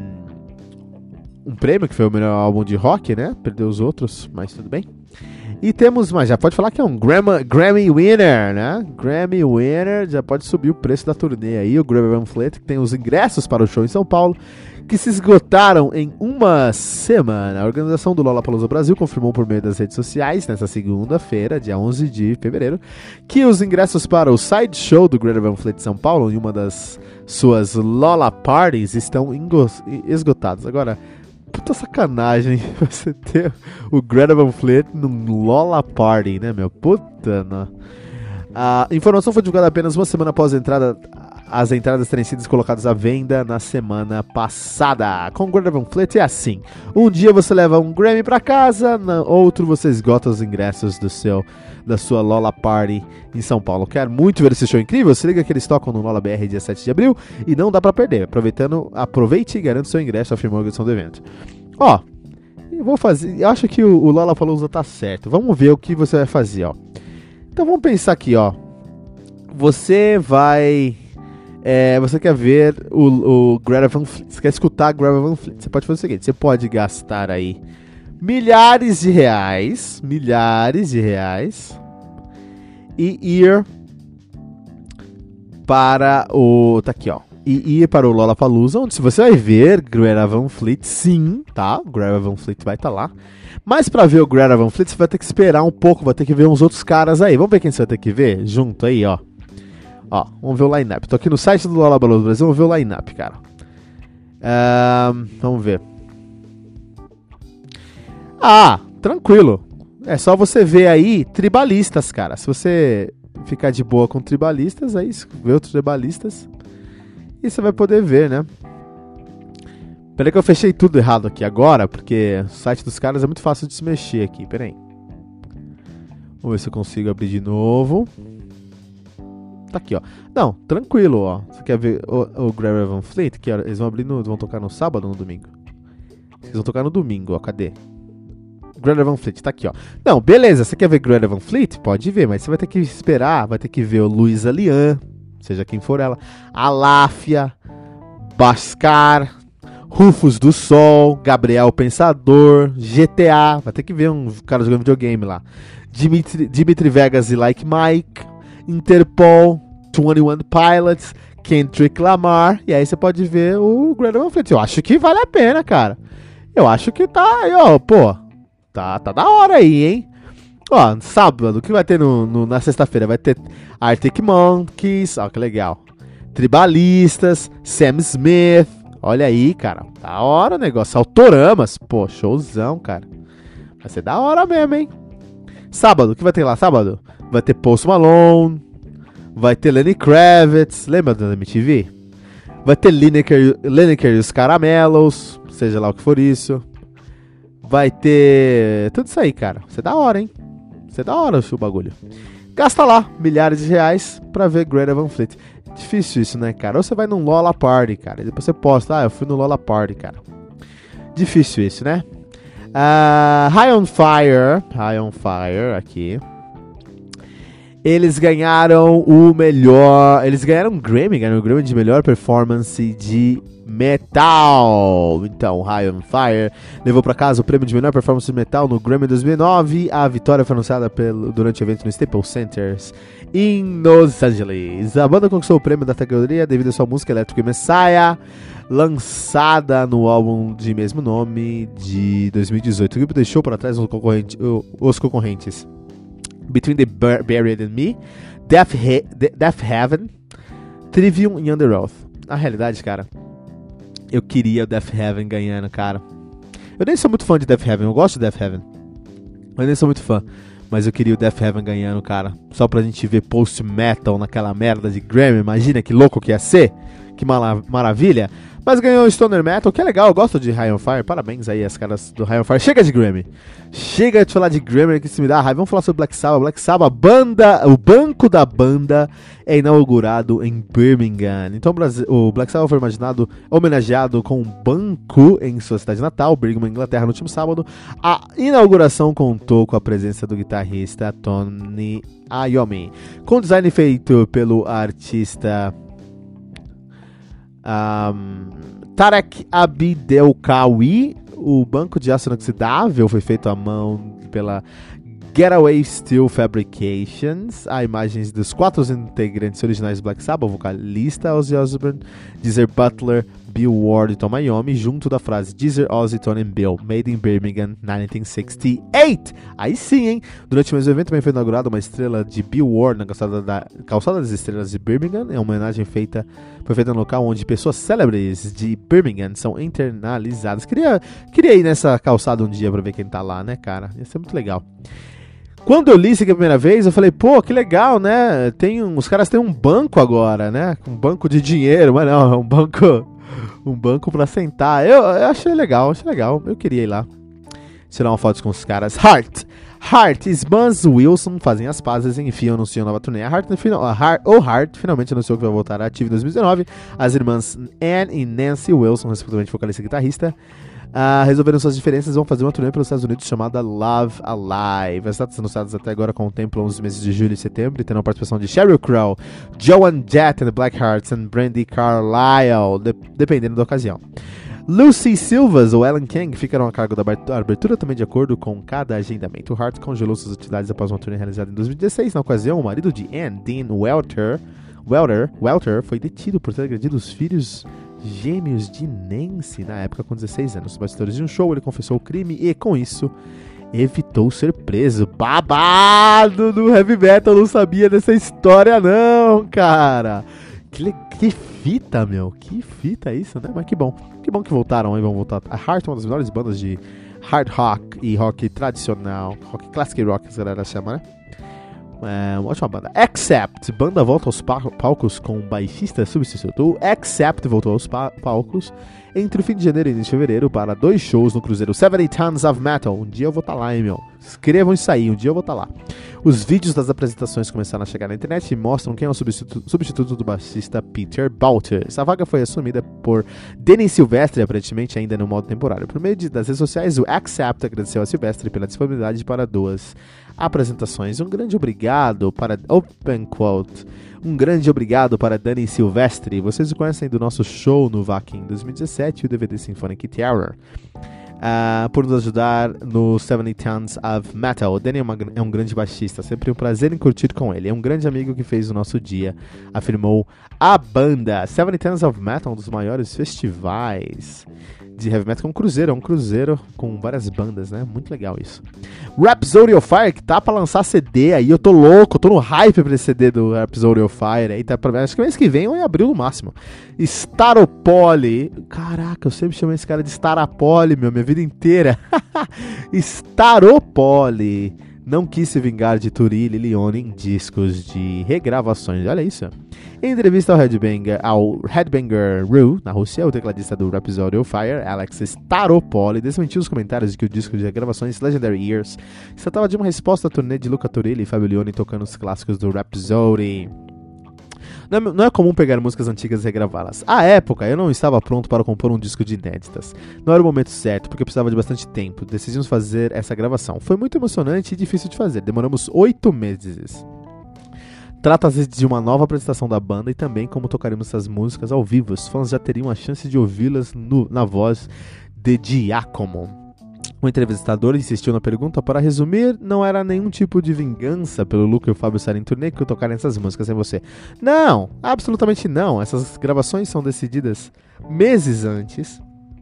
B: Um prêmio, que foi o melhor álbum de rock, né? Perdeu os outros, mas tudo bem. E temos mais, já pode falar que é um Grammy, Grammy winner, né? Grammy winner, já pode subir o preço da turnê aí. O Greta Van Fleet, que tem os ingressos para o show em São Paulo, que se esgotaram em uma semana. A organização do Lollapalooza Brasil confirmou por meio das redes sociais, nessa segunda-feira, dia onze de fevereiro, que os ingressos para o side show do Greta Van Fleet São Paulo, em uma das suas Lolla Parties, estão esgotados. Agora, puta sacanagem você ter o Greta Van Fleet no Lolla Party, né, meu? Puta, não. A informação foi divulgada apenas uma semana após a entrada as entradas terem sido colocadas à venda na semana passada. Com Greta Van Fleet é assim: um dia você leva um Grammy pra casa, no outro você esgota os ingressos do seu, da sua Lola Party em São Paulo. Quer muito ver esse show incrível? Se liga que eles tocam no Lola B R dia sete de abril e não dá pra perder. Aproveitando, aproveite e garante seu ingresso, afirmou a organização do evento. Ó, eu vou fazer, eu acho que o, o Lollapalooza tá certo. Vamos ver o que você vai fazer, ó. Então vamos pensar aqui, ó. Você vai... É, você quer ver o, o Greta Van Fleet, você quer escutar a Greta Van Fleet. Você pode fazer o seguinte, você pode gastar aí milhares de reais, milhares de reais, e ir para o... Tá aqui, ó. E ir para o Lollapalooza, onde você vai ver Greta Van Fleet, sim, tá? Greta Van Fleet vai estar lá. Mas pra ver o Greta Van Fleet, você vai ter que esperar um pouco, vai ter que ver uns outros caras aí. Vamos ver quem você vai ter que ver junto aí, ó. Ó, vamos ver o line-up. Tô aqui no site do Lollapalooza Brasil, vamos ver o line-up, cara. Uh, vamos ver. Ah, tranquilo. É só você ver aí tribalistas, cara. Se você ficar de boa com tribalistas, aí vê outros tribalistas e você vai poder ver, né? Peraí que eu fechei tudo errado aqui agora, porque o site dos caras é muito fácil de se mexer aqui. Peraí. Vamos ver se eu consigo abrir de novo. Tá aqui, ó. Não, tranquilo, ó. Você quer ver o, o Greta Van Fleet? Que eles vão abrir no, vão tocar no sábado ou no domingo? Eles vão tocar no domingo, ó. Cadê? Greta Van Fleet, tá aqui, ó. Não, beleza. Você quer ver Greta Van Fleet? Pode ver, mas você vai ter que esperar. Vai ter que ver o Luísa Lian, seja quem for ela, Aláfia, Bascar, Rufus do Sol, Gabriel Pensador, G T A. Vai ter que ver um cara jogando videogame lá. Dimitri, Dimitri Vegas e Like Mike, Interpol, vinte e um Pilots, Kendrick Lamar. E aí você pode ver o Greta Van Fleet. Eu acho que vale a pena, cara. Eu acho que tá aí, ó, pô. Tá, tá da hora aí, hein? Ó, sábado, o que vai ter no, no, na sexta-feira? Vai ter Arctic Monkeys, ó, que legal. Tribalistas, Sam Smith. Olha aí, cara. Da hora o negócio. Autoramas. Pô, showzão, cara. Vai ser da hora mesmo, hein? Sábado, o que vai ter lá? Sábado? Vai ter Post Malone. Vai ter Lenny Kravitz. Lembra da M T V? Vai ter Lineker, Lineker e os Caramelos. Seja lá o que for isso. Vai ter tudo isso aí, cara. Vai ser da hora, hein? Vai ser da hora o bagulho. Gasta lá milhares de reais pra ver Greta Van Fleet. Difícil isso, né, cara? Ou você vai num Lola Party, cara. E depois você posta, ah, eu fui no Lola Party, cara. Difícil isso, né? Uh, High on Fire. High on Fire, aqui. Eles ganharam o melhor... Eles ganharam um Grammy, ganharam um Grammy de melhor performance de metal. Então, High on Fire levou pra casa o prêmio de melhor performance de metal no Grammy dois mil e nove. A vitória foi anunciada pelo, durante o evento no Staples Centers em Los Angeles. A banda conquistou o prêmio da categoria devido à sua música Electric Messiah, lançada no álbum de mesmo nome de dois mil e dezoito. O grupo deixou para trás os, concorrente, os concorrentes Between the Buried and Me, Death, He- Death Heaven, Trivium e Under Oath. Na realidade, cara, eu queria o Death Heaven ganhando, cara. Eu nem sou muito fã de Death Heaven, eu gosto de Death Heaven. Eu nem sou muito fã, mas eu queria o Death Heaven ganhando, cara. Só pra gente ver post-metal naquela merda de Grammy. Imagina que louco que ia ser. Que mala- maravilha. Mas ganhou o Stoner Metal, que é legal, eu gosto de High on Fire. Parabéns aí as caras do High on Fire. Chega de Grammy. Chega de falar de Grammy, que isso me dá raiva. Vamos falar sobre Black Sabbath. Black Sabbath, a banda, o banco da banda é inaugurado em Birmingham. Então o Black Sabbath foi imaginado, homenageado com um banco em sua cidade natal, Birmingham, Inglaterra, no último sábado. A inauguração contou com a presença do guitarrista Tony Iommi, com design feito pelo artista Um, Tarek Abdelkawi. O banco de aço inoxidável foi feito à mão pela Getaway Steel Fabrications. Há imagens dos quatro integrantes originais do Black Sabbath, o vocalista Ozzy Osbourne, Geezer Butler, Bill Ward e Tom Iommi, junto da frase Geezer, Ozzy, Tony and Bill, Made in Birmingham, nineteen sixty-eight. Aí sim, hein? Durante o mesmo evento também foi inaugurada uma estrela de Bill Ward na calçada, da, calçada das Estrelas de Birmingham. É uma homenagem feita, foi feita no local onde pessoas célebres de Birmingham são internalizadas. Queria, queria ir nessa calçada um dia pra ver quem tá lá, né, cara? Ia ser muito legal. Quando eu li isso aqui a primeira vez, eu falei, pô, que legal, né? Tem um, os caras têm um banco agora, né? Um banco de dinheiro, mas não, é um banco, um banco pra sentar. Eu, eu achei legal, achei legal. Eu queria ir lá tirar uma foto com os caras. Heart. Heart e Buzz Wilson fazem as pazes e enfim anunciam nova turnê. A Heart, a Heart, o Heart finalmente anunciou que vai voltar ativo em dois mil e dezenove. As irmãs Anne e Nancy Wilson, respectivamente vocalista e guitarrista, Uh, resolveram suas diferenças e vão fazer uma turnê pelos Estados Unidos chamada Love Alive. As datas anunciadas até agora contemplam os meses de julho e setembro e terão a participação de Sheryl Crow, Joan Jett and the Blackhearts e Brandi Carlile, de dependendo da ocasião. Lucy Silvas ou Ellen King ficarão a cargo da abertura também de acordo com cada agendamento. O Heart congelou suas atividades após uma turnê realizada em dois mil e dezesseis. Na ocasião, o marido de Anne, Dean Welter, Welter, Welter foi detido por ter agredido os filhos gêmeos de Nancy na época com dezesseis anos. Nos bastidores de um show, ele confessou o crime e, com isso, evitou ser preso. Babado do heavy metal, não sabia dessa história não, cara. Que, que fita, meu. Que fita isso, né? Mas que bom. Que bom que voltaram aí, vão voltar. A Heart é uma das melhores bandas de hard rock e rock tradicional, rock classic rock, que a galera chama, né? É uma ótima banda. Accept, banda volta aos palcos com um baixista substituto. O Accept voltou aos palcos entre o fim de janeiro e início de fevereiro para dois shows no cruzeiro setenta Tons of Metal. Um dia eu vou estar tá lá, hein, meu. Escrevam isso aí, um dia eu vou estar tá lá. Os vídeos das apresentações começaram a chegar na internet e mostram quem é o substituto, substituto do baixista Peter Baltes. A vaga foi assumida por Danny Silvestre, aparentemente ainda no modo temporário. Por meio de, das redes sociais, o Accept agradeceu a Silvestre pela disponibilidade para duas apresentações. Um grande obrigado para Open Quote. Um grande obrigado para Danny Silvestre. Vocês o conhecem do nosso show no V A C em dois mil e dezessete e o D V D Symphonic Terror. Uh, por nos ajudar no setenta Tons of Metal. O Danny é, uma, é um grande baixista, sempre um prazer em curtir com ele. É um grande amigo que fez o nosso dia, afirmou a banda. setenta Tons of Metal, um dos maiores festivais de heavy metal, é um cruzeiro, é um cruzeiro com várias bandas, né? Muito legal isso. Rhapsody of Fire, que tá pra lançar C D aí, eu tô louco, eu tô no hype pra esse C D do Rhapsody of Fire aí, tá pra... acho que mês que vem ou em abril no máximo. Staropoli, caraca, eu sempre chamei esse cara de Staropoli, meu, minha vida inteira. Staropoli não quis se vingar de Turilli e Leone em discos de regravações, olha isso. Em entrevista ao Headbanger, ao Headbanger Rue, na Rússia, o tecladista do Rhapsody of Fire, Alex Staropoli, desmentiu os comentários de que o disco de regravações Legendary Years se tratava de uma resposta à turnê de Luca Turilli e Fabio Leone tocando os clássicos do Rhapsody. Não é, não é comum pegar músicas antigas e regravá-las. À época, eu não estava pronto para compor um disco de inéditas. Não era o momento certo, porque eu precisava de bastante tempo. Decidimos fazer essa gravação. Foi muito emocionante e difícil de fazer. Demoramos oito meses. Trata-se de uma nova apresentação da banda e também como tocaremos essas músicas ao vivo. Os fãs já teriam a chance de ouvi-las no, na voz de Giacomo. O entrevistador insistiu na pergunta. Para resumir, não era nenhum tipo de vingança pelo Luca e o Fábio estarem em turnê que eu tocarem essas músicas sem você. Não, absolutamente não. Essas gravações são decididas meses antes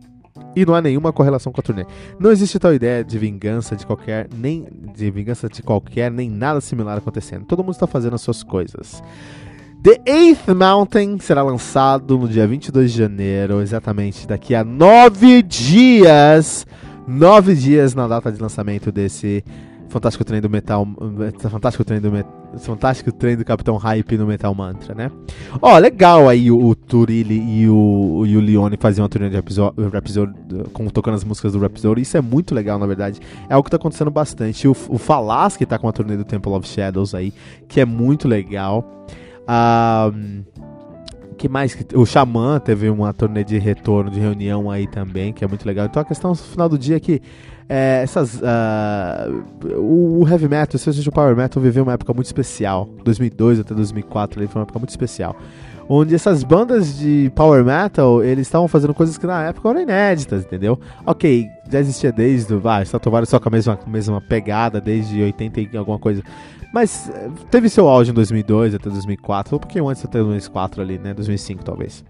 B: e não há nenhuma correlação com a turnê. Não existe tal ideia de vingança de qualquer, nem de vingança de qualquer, nem nada similar acontecendo. Todo mundo está fazendo as suas coisas. The Eighth Mountain será lançado no dia vinte e dois de janeiro, exatamente daqui a nove dias. Nove dias na data de lançamento desse fantástico trem do Metal, fantástico trem do, fantástico trem do Capitão Hype no Metal Mantra, né? Ó, oh, legal aí o, o Turilli e o, e o Leone faziam uma turnê de Rhapsody, tocando as músicas do Rhapsody. Isso é muito legal, na verdade. É algo que tá acontecendo bastante. O, o Falas, que tá com a turnê do Temple of Shadows aí, que é muito legal. Ah... Um, que mais? O Xamã teve uma turnê de retorno, de reunião aí também, que é muito legal. Então a questão no final do dia é que é, essas, uh, o heavy metal, especialmente o power metal, viveu uma época muito especial. dois mil e dois até dois mil e quatro ali, foi uma época muito especial. Onde essas bandas de power metal, eles estavam fazendo coisas que na época eram inéditas, entendeu? Ok, já existia desde, ah, Stratovarius só com a mesma, mesma pegada, desde oitenta e alguma coisa. Mas teve seu auge em dois mil e dois até dois mil e quatro, ou um pouquinho antes até dois mil e quatro ali, né? dois mil e cinco talvez.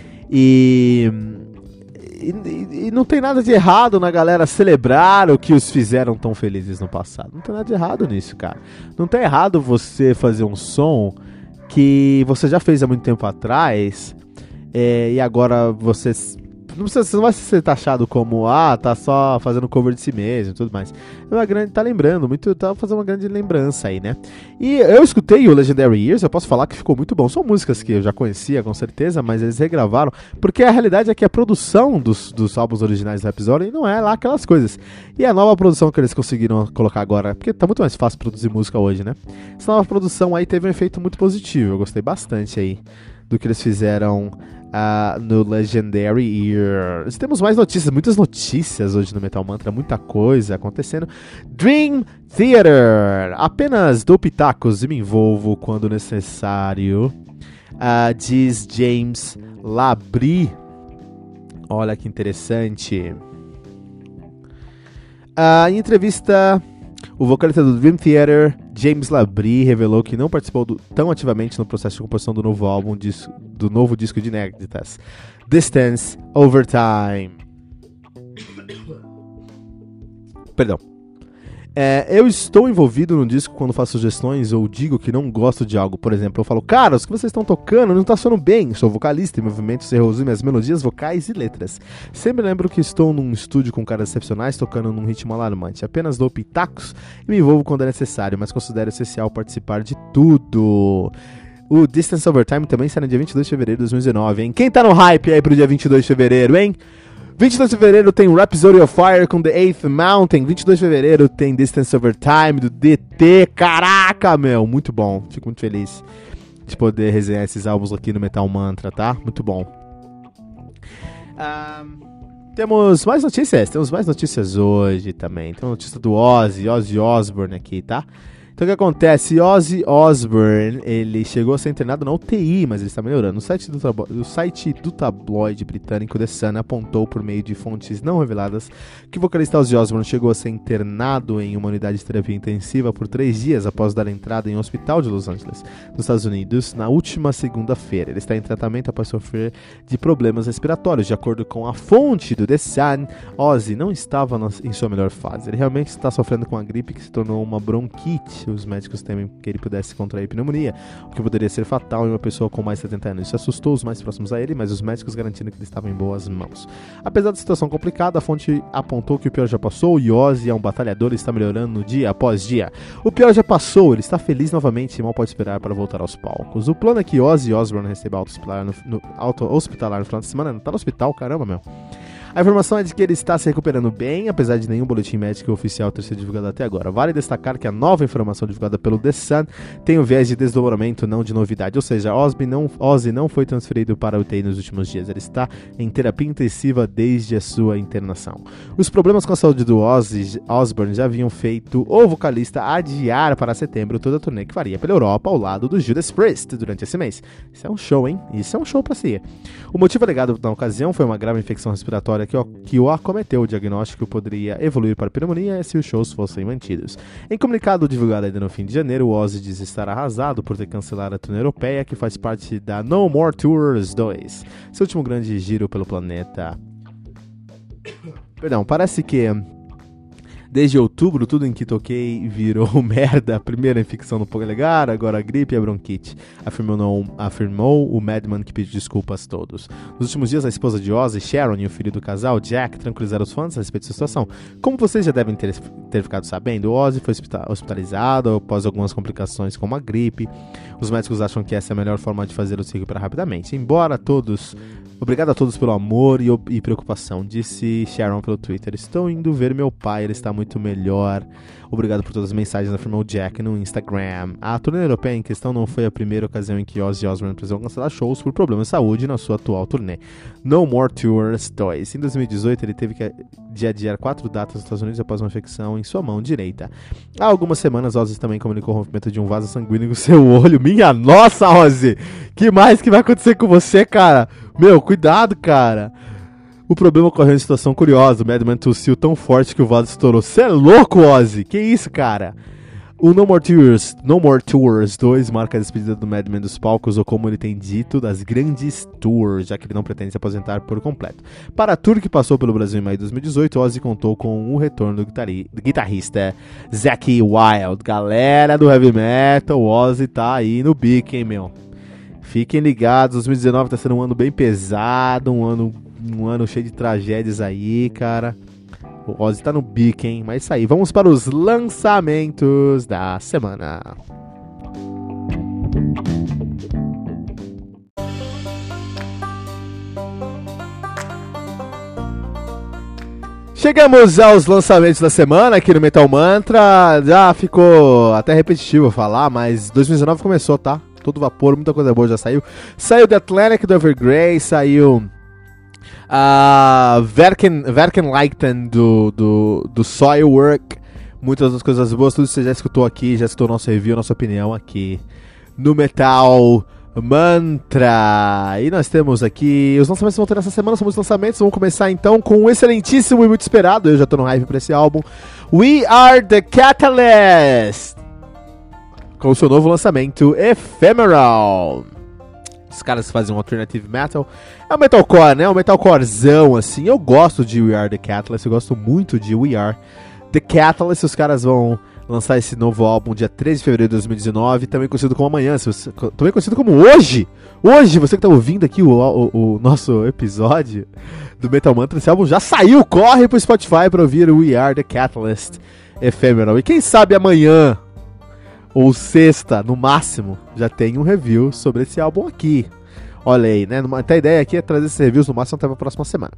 B: E, e, e não tem nada de errado na galera celebrar o que os fizeram tão felizes no passado. Não tem nada de errado nisso, cara. Não tem errado você fazer um som que você já fez há muito tempo atrás é, e agora você não, precisa, você não vai ser taxado como, ah, tá só fazendo cover de si mesmo e tudo mais. É uma grande, tá lembrando, muito, tá fazendo uma grande lembrança aí, né? E eu escutei o Legendary Years, eu posso falar que ficou muito bom. São músicas que eu já conhecia, com certeza, mas eles regravaram, porque a realidade é que a produção dos, dos álbuns originais do Rhapsody não é lá aquelas coisas. E a nova produção que eles conseguiram colocar agora, porque tá muito mais fácil produzir música hoje, né? Essa nova produção aí teve um efeito muito positivo, eu gostei bastante aí do que eles fizeram uh, no Legendary Years. Temos mais notícias, muitas notícias hoje no Metal Mantra, muita coisa acontecendo. Dream Theater, apenas dou pitacos e me envolvo quando necessário, uh, diz James Labrie. Olha que interessante. Uh, em entrevista, o vocalista do Dream Theater, James Labrie, revelou que não participou do, tão ativamente no processo de composição do novo álbum, disco, do novo disco de inéditas, Distance Over Time. Perdão. É, eu estou envolvido no disco quando faço sugestões ou digo que não gosto de algo. Por exemplo, eu falo, cara, os que vocês estão tocando não tá soando bem. Sou vocalista e movimentos errosos minhas melodias, vocais e letras. Sempre lembro que estou num estúdio com caras excepcionais tocando num ritmo alarmante. Apenas dou pitacos e me envolvo quando é necessário, mas considero essencial participar de tudo. O Distance Over Time também sai no dia vinte e dois de fevereiro de dois mil e dezenove, hein? Quem tá no hype aí pro dia vinte e dois de fevereiro, hein? vinte e dois de fevereiro tem Rhapsody of Fire com The Eighth Mountain. vinte e dois de fevereiro tem Distance Over Time do D T. Caraca, meu, muito bom. Fico muito feliz de poder resenhar esses álbuns aqui no Metal Mantra, tá? Muito bom. Um, temos mais notícias. Temos mais notícias hoje também. Tem uma notícia do Ozzy, Ozzy Osbourne aqui, tá? Então o que acontece? Ozzy Osbourne, ele chegou a ser internado na U T I, mas ele está melhorando. O site do, tablo- o site do tabloide britânico The Sun apontou por meio de fontes não reveladas que o vocalista Ozzy Osbourne chegou a ser internado em uma unidade de terapia intensiva por três dias após dar entrada em um hospital de Los Angeles, nos Estados Unidos, na última segunda-feira. Ele está em tratamento após sofrer de problemas respiratórios. De acordo com a fonte do The Sun, Ozzy não estava em sua melhor fase. Ele realmente está sofrendo com a gripe que se tornou uma bronquite. Os médicos temem que ele pudesse contrair pneumonia, o que poderia ser fatal em uma pessoa com mais de setenta anos. Isso assustou os mais próximos a ele, mas os médicos garantiram que ele estava em boas mãos. Apesar da situação complicada, a fonte apontou que o pior já passou e Ozzy é um batalhador e está melhorando dia após dia. O pior já passou, ele está feliz novamente e mal pode esperar para voltar aos palcos. O plano é que Ozzy Osbourne receba alta hospitalar no, no, alta hospitalar no final de semana. Não tá no hospital, caramba, meu. A informação é de que ele está se recuperando bem, apesar de nenhum boletim médico oficial ter sido divulgado até agora. Vale destacar que a nova informação divulgada pelo The Sun tem o viés de desdobramento, não de novidade. Ou seja, Ozzy não, Ozzy não foi transferido para a U T I nos últimos dias. Ele está em terapia intensiva desde a sua internação. Os problemas com a saúde do Ozzy Osbourne já haviam feito o vocalista adiar para setembro toda a turnê que faria pela Europa ao lado do Judas Priest durante esse mês. Isso é um show, hein? Isso é um show para si. O motivo alegado na ocasião foi uma grave infecção respiratória que o, que o acometeu. O diagnóstico poderia evoluir para pneumonia se os shows fossem mantidos. Em comunicado divulgado ainda no fim de janeiro, o Ozzy diz estar arrasado por ter cancelado a turnê europeia, que faz parte da No More Tours dois, seu último grande giro pelo planeta. Perdão, parece que desde outubro, tudo em que toquei virou merda. A primeira infecção no polegar, agora a gripe e a bronquite, afirmou, não, afirmou o Madman, que pediu desculpas a todos. Nos últimos dias, a esposa de Ozzy, Sharon, e o filho do casal, Jack, tranquilizaram os fãs a respeito da situação. Como vocês já devem ter, ter ficado sabendo, Ozzy foi hospitalizado após algumas complicações como a gripe. Os médicos acham que essa é a melhor forma de fazer o se recuperar rapidamente. Embora todos... Obrigado a todos pelo amor e, e preocupação, disse Sharon pelo Twitter. Estou indo ver meu pai, ele está muito melhor. Obrigado por todas as mensagens, afirmou Jack no Instagram. A turnê europeia em questão não foi a primeira ocasião em que Ozzy Osbourne precisou cancelar shows por problemas de saúde na sua atual turnê No More Tours dois. Em dois mil e dezoito, ele teve que de adiar quatro datas nos Estados Unidos após uma infecção em sua mão direita. Há algumas semanas, Ozzy também comunicou o rompimento de um vaso sanguíneo no seu olho. Minha nossa, Ozzy! Que mais que vai acontecer com você, cara? Meu, cuidado, cara! O problema ocorreu em situação curiosa. O Madman tossiu tão forte que o vaso estourou. Cê é louco, Ozzy? Que isso, cara? O No More Tours, No More Tours dois marca a despedida do Madman dos palcos, ou como ele tem dito, das grandes tours, já que ele não pretende se aposentar por completo. Para a tour que passou pelo Brasil em maio de dois mil e dezoito, Ozzy contou com o retorno do, guitari- do guitarrista Zakk Wylde. Galera do heavy metal, o Ozzy tá aí no bico, hein, meu? Fiquem ligados, dois mil e dezenove tá sendo um ano bem pesado, um ano um ano cheio de tragédias aí, cara. O Ozzy tá no bico, hein? Mas isso aí, vamos para os lançamentos da semana. Chegamos aos lançamentos da semana aqui no Metal Mantra. Já ficou até repetitivo falar, mas dois mil e dezenove começou, tá? Todo vapor, muita coisa boa já saiu. Saiu The Atlantic do Evergrey, saiu a uh, Verken, Verkenlighten do, do, do Soilwork. Muitas das coisas boas, tudo isso você já escutou aqui, já escutou nosso review, nossa opinião aqui no Metal Mantra. E nós temos aqui os lançamentos que vão ter nessa semana, são muitos lançamentos. Vamos começar então com um excelentíssimo e muito esperado, eu já tô no hype pra esse álbum, We Are The Catalyst, com o seu novo lançamento, Ephemeral. Os caras fazem um alternative metal, é um metalcore, né, um metalcorezão assim. Eu gosto de We Are The Catalyst, eu gosto muito de We Are The Catalyst. Os caras vão lançar esse novo álbum dia treze de fevereiro de dois mil e dezenove, também conhecido como amanhã, se você, também conhecido como hoje. Hoje, você que tá ouvindo aqui o, o, o nosso episódio do Metal Mantra, esse álbum já saiu, corre pro Spotify pra ouvir o We Are The Catalyst Ephemeral. E quem sabe amanhã, ou sexta, no máximo, já tem um review sobre esse álbum aqui. Olha aí, né, até a ideia aqui é trazer esses reviews no máximo até a próxima semana.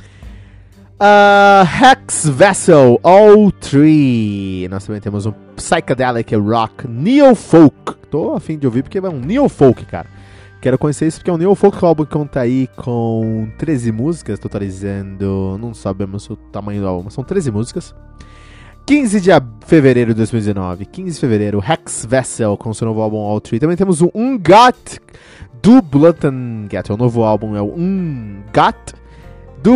B: Uh, Hex Vessel O três. Nós também temos um Psychedelic Rock Neo Folk. Tô a fim de ouvir porque é um Neo Folk, cara. Quero conhecer isso porque é um Neo Folk. O álbum conta aí com treze músicas, totalizando, não sabemos o tamanho do álbum, são treze músicas. quinze de fevereiro de dois mil e dezenove, quinze de fevereiro, Hex Vessel com seu novo álbum O três. Também temos o Ungat do Bloodangel. O novo álbum é o Ungat do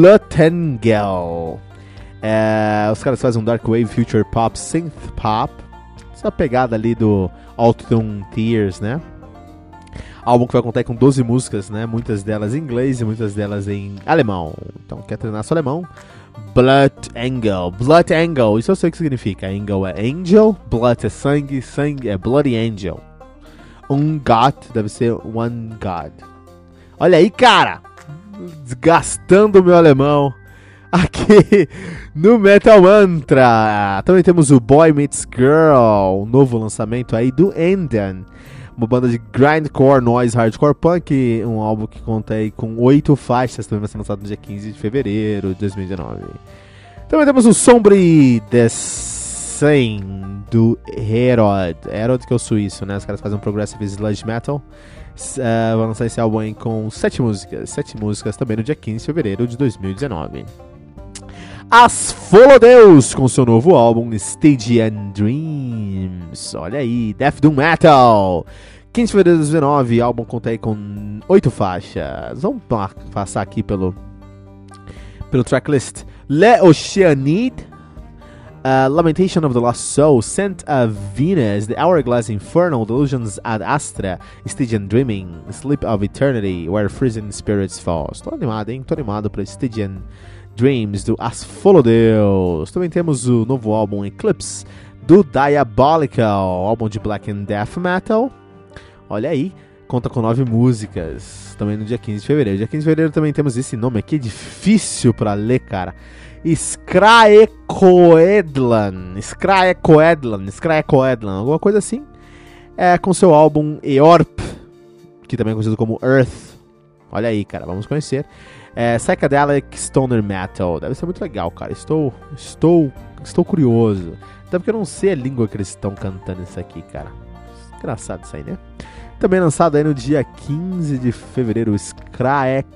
B: Bloodangel. É, os caras fazem um Dark Wave, Future Pop, Synth Pop. Essa pegada ali do Autumn Tears, né? Álbum que vai contar com doze músicas, né? Muitas delas em inglês e muitas delas em alemão. Então, quer treinar seu alemão? Bloodangel. Bloodangel, isso eu sei o que significa. Angel é angel, blood é sangue, sangue é bloody angel. Um God deve ser one God. Olha aí, cara! Desgastando o meu alemão aqui no Metal Mantra. Também temos o Boy Meets Girl, um novo lançamento aí do Enden, uma banda de grindcore, noise, hardcore punk, um álbum que conta aí com oito faixas, também vai ser lançado no dia quinze de fevereiro de dois mil e dezenove. Também temos o Sombre Descent do Herod, Herod que é o suíço, né? Os caras fazem um progressive sludge metal. Uh, vão lançar esse álbum aí com sete músicas, sete músicas também no dia quinze de fevereiro de dois mil e dezenove. As Folodeus com seu novo álbum Stygian Dreams. Olha aí, Death Doom Metal. quinze de fevereiro de dois mil e dezenove, álbum conta aí com oito faixas. Vamos passar aqui pelo pelo tracklist. Le Oceanide, Uh, Lamentation of the Lost Soul, Scent of Venus, The Hourglass Infernal, Delusions ad Astra, Stygian Dreaming, Sleep of Eternity, Where Freezing Spirits Fall. Estou animado, hein? Tô animado para Stygian Dreams do As Folodeus. Também temos o novo álbum Eclipse do Diabolical, álbum de Black and Death Metal. Olha aí, conta com nove músicas, também no dia quinze de fevereiro. Dia quinze de fevereiro também temos esse nome aqui, difícil pra ler, cara. Skraekoedlan, Skraekoedlan, Skraekoedlan, alguma coisa assim. É com seu álbum Eorp, que também é conhecido como Earth. Olha aí, cara, vamos conhecer. É, Psychedelic Stoner Metal, deve ser muito legal, cara. Estou, estou, estou curioso. Até porque eu não sei a língua que eles estão cantando isso aqui, cara. Engraçado isso aí, né? Também lançado aí no dia quinze de fevereiro, Skraek,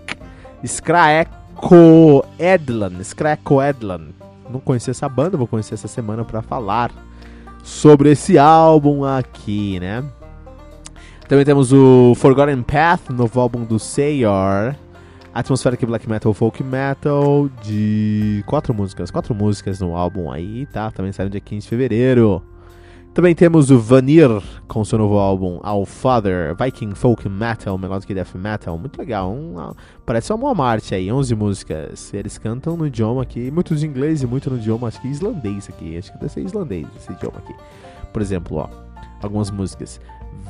B: Skraekoedlan, Skraekoedlan. Não conheci essa banda, vou conhecer essa semana pra falar sobre esse álbum aqui, né? Também temos o Forgotten Path, novo álbum do Sayor, Atmospheric Black Metal, Folk Metal, de quatro músicas, quatro músicas no álbum aí, tá? Também sai no dia quinze de fevereiro. Também temos o Vanir com seu novo álbum All Father, Viking Folk Metal, Melodic Death Metal, muito legal, um, parece uma Marte aí, onze músicas. Eles cantam no idioma aqui, muito de inglês e muito no idioma, acho que islandês aqui, acho que deve ser islandês esse idioma aqui. Por exemplo, ó, algumas músicas.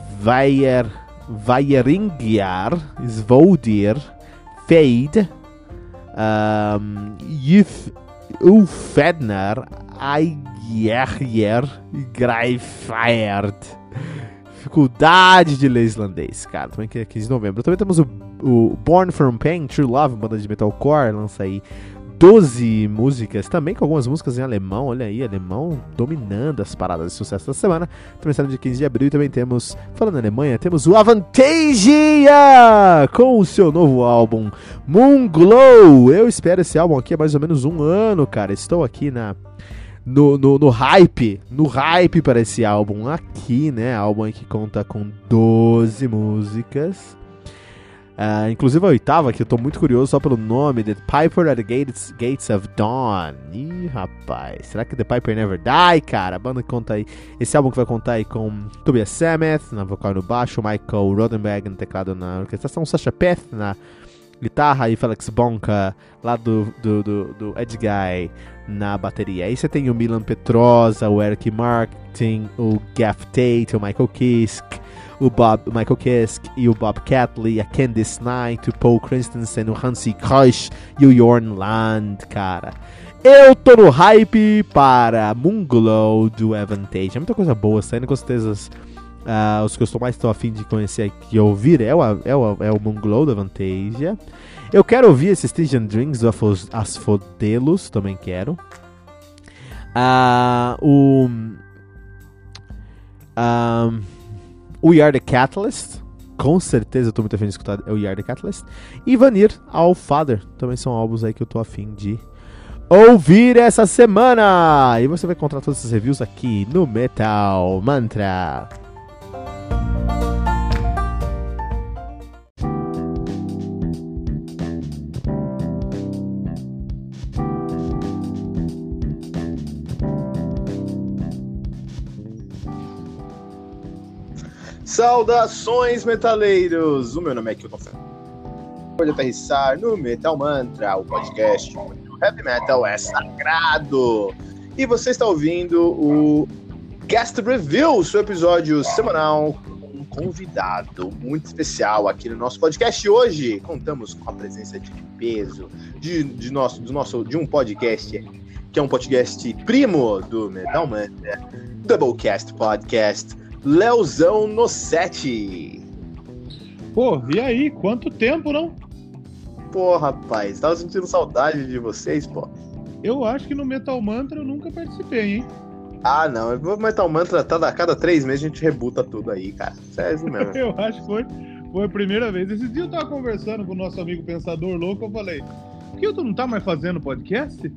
B: Vaier, Vaieringiar, Svoldir, Fade, Um, Youth Ufedner Aigerger Greifeiert. Dificuldade de ler islandês, cara. Também que é quinze de novembro. Também temos o, o Born From Pain, True Love, banda de metalcore, lança aí doze músicas, também com algumas músicas em alemão. Olha aí, alemão dominando as paradas de sucesso da semana. Também saindo de quinze de abril. E também temos, falando na Alemanha, temos o Avantasia com o seu novo álbum Moonglow. Eu espero esse álbum aqui há mais ou menos um ano, cara. Estou aqui na no, no, no hype, no hype para esse álbum aqui, né? Álbum aí que conta com doze músicas. Uh, inclusive a oitava, que eu tô muito curioso só pelo nome, The Piper at the Gates, Gates of Dawn. Ih, rapaz, será que The Piper Never Die, cara? A banda que conta aí, esse álbum que vai contar aí com Tobias Sammet na vocal e no baixo, Michael Rodenberg no teclado na orquestração, Sasha Peth na guitarra e Felix Bonka lá do, do, do, do Edguy na bateria. Aí você tem o Milan Petrosa, o Eric Martin, o Gaff Tate, o Michael Kiske, o Bob, o Michael Kiske e o Bob Catley, a Candice Knight, o Paul Christensen, o Hansi Krush e o Jorn Land, cara. Eu tô no hype para Moonglow do Avantasia. É muita coisa boa saindo, com certeza. Uh, os que eu estou mais tô a fim de conhecer e ouvir é o, é o, é o Moonglow do Avantasia. Eu quero ouvir esse Stygian Drinks do Asphodelos, também quero. Uh, o... Um, We Are The Catalyst, com certeza eu tô muito afim de escutar o We Are The Catalyst. E Vanir, All Father, também são álbuns aí que eu tô afim de ouvir essa semana. E você vai encontrar todos esses reviews aqui no Metal Mantra.
C: Saudações, metaleiros! O meu nome é Kilton Ferreira. Pode aterrissar no Metal Mantra, o podcast onde o heavy metal é sagrado. E você está ouvindo o Guest Review, seu episódio semanal com um convidado muito especial aqui no nosso podcast. Hoje contamos com a presença de peso de, de, nosso, do nosso, de um podcast que é um podcast primo do Metal Mantra, Doublecast Podcast. Leozão no set.
D: Pô, e aí? Quanto tempo, não?
C: Pô, rapaz, tava sentindo saudade de vocês, pô.
D: Eu acho que no Metal Mantra eu nunca participei, hein?
C: Ah, não. O Metal Mantra, tá, a cada três meses a gente rebuta tudo aí, cara. Sério mesmo.
D: Eu acho que foi, foi a primeira vez. Esse dia eu tava conversando com o nosso amigo Pensador Louco, eu falei, por que tu não tá mais fazendo podcast?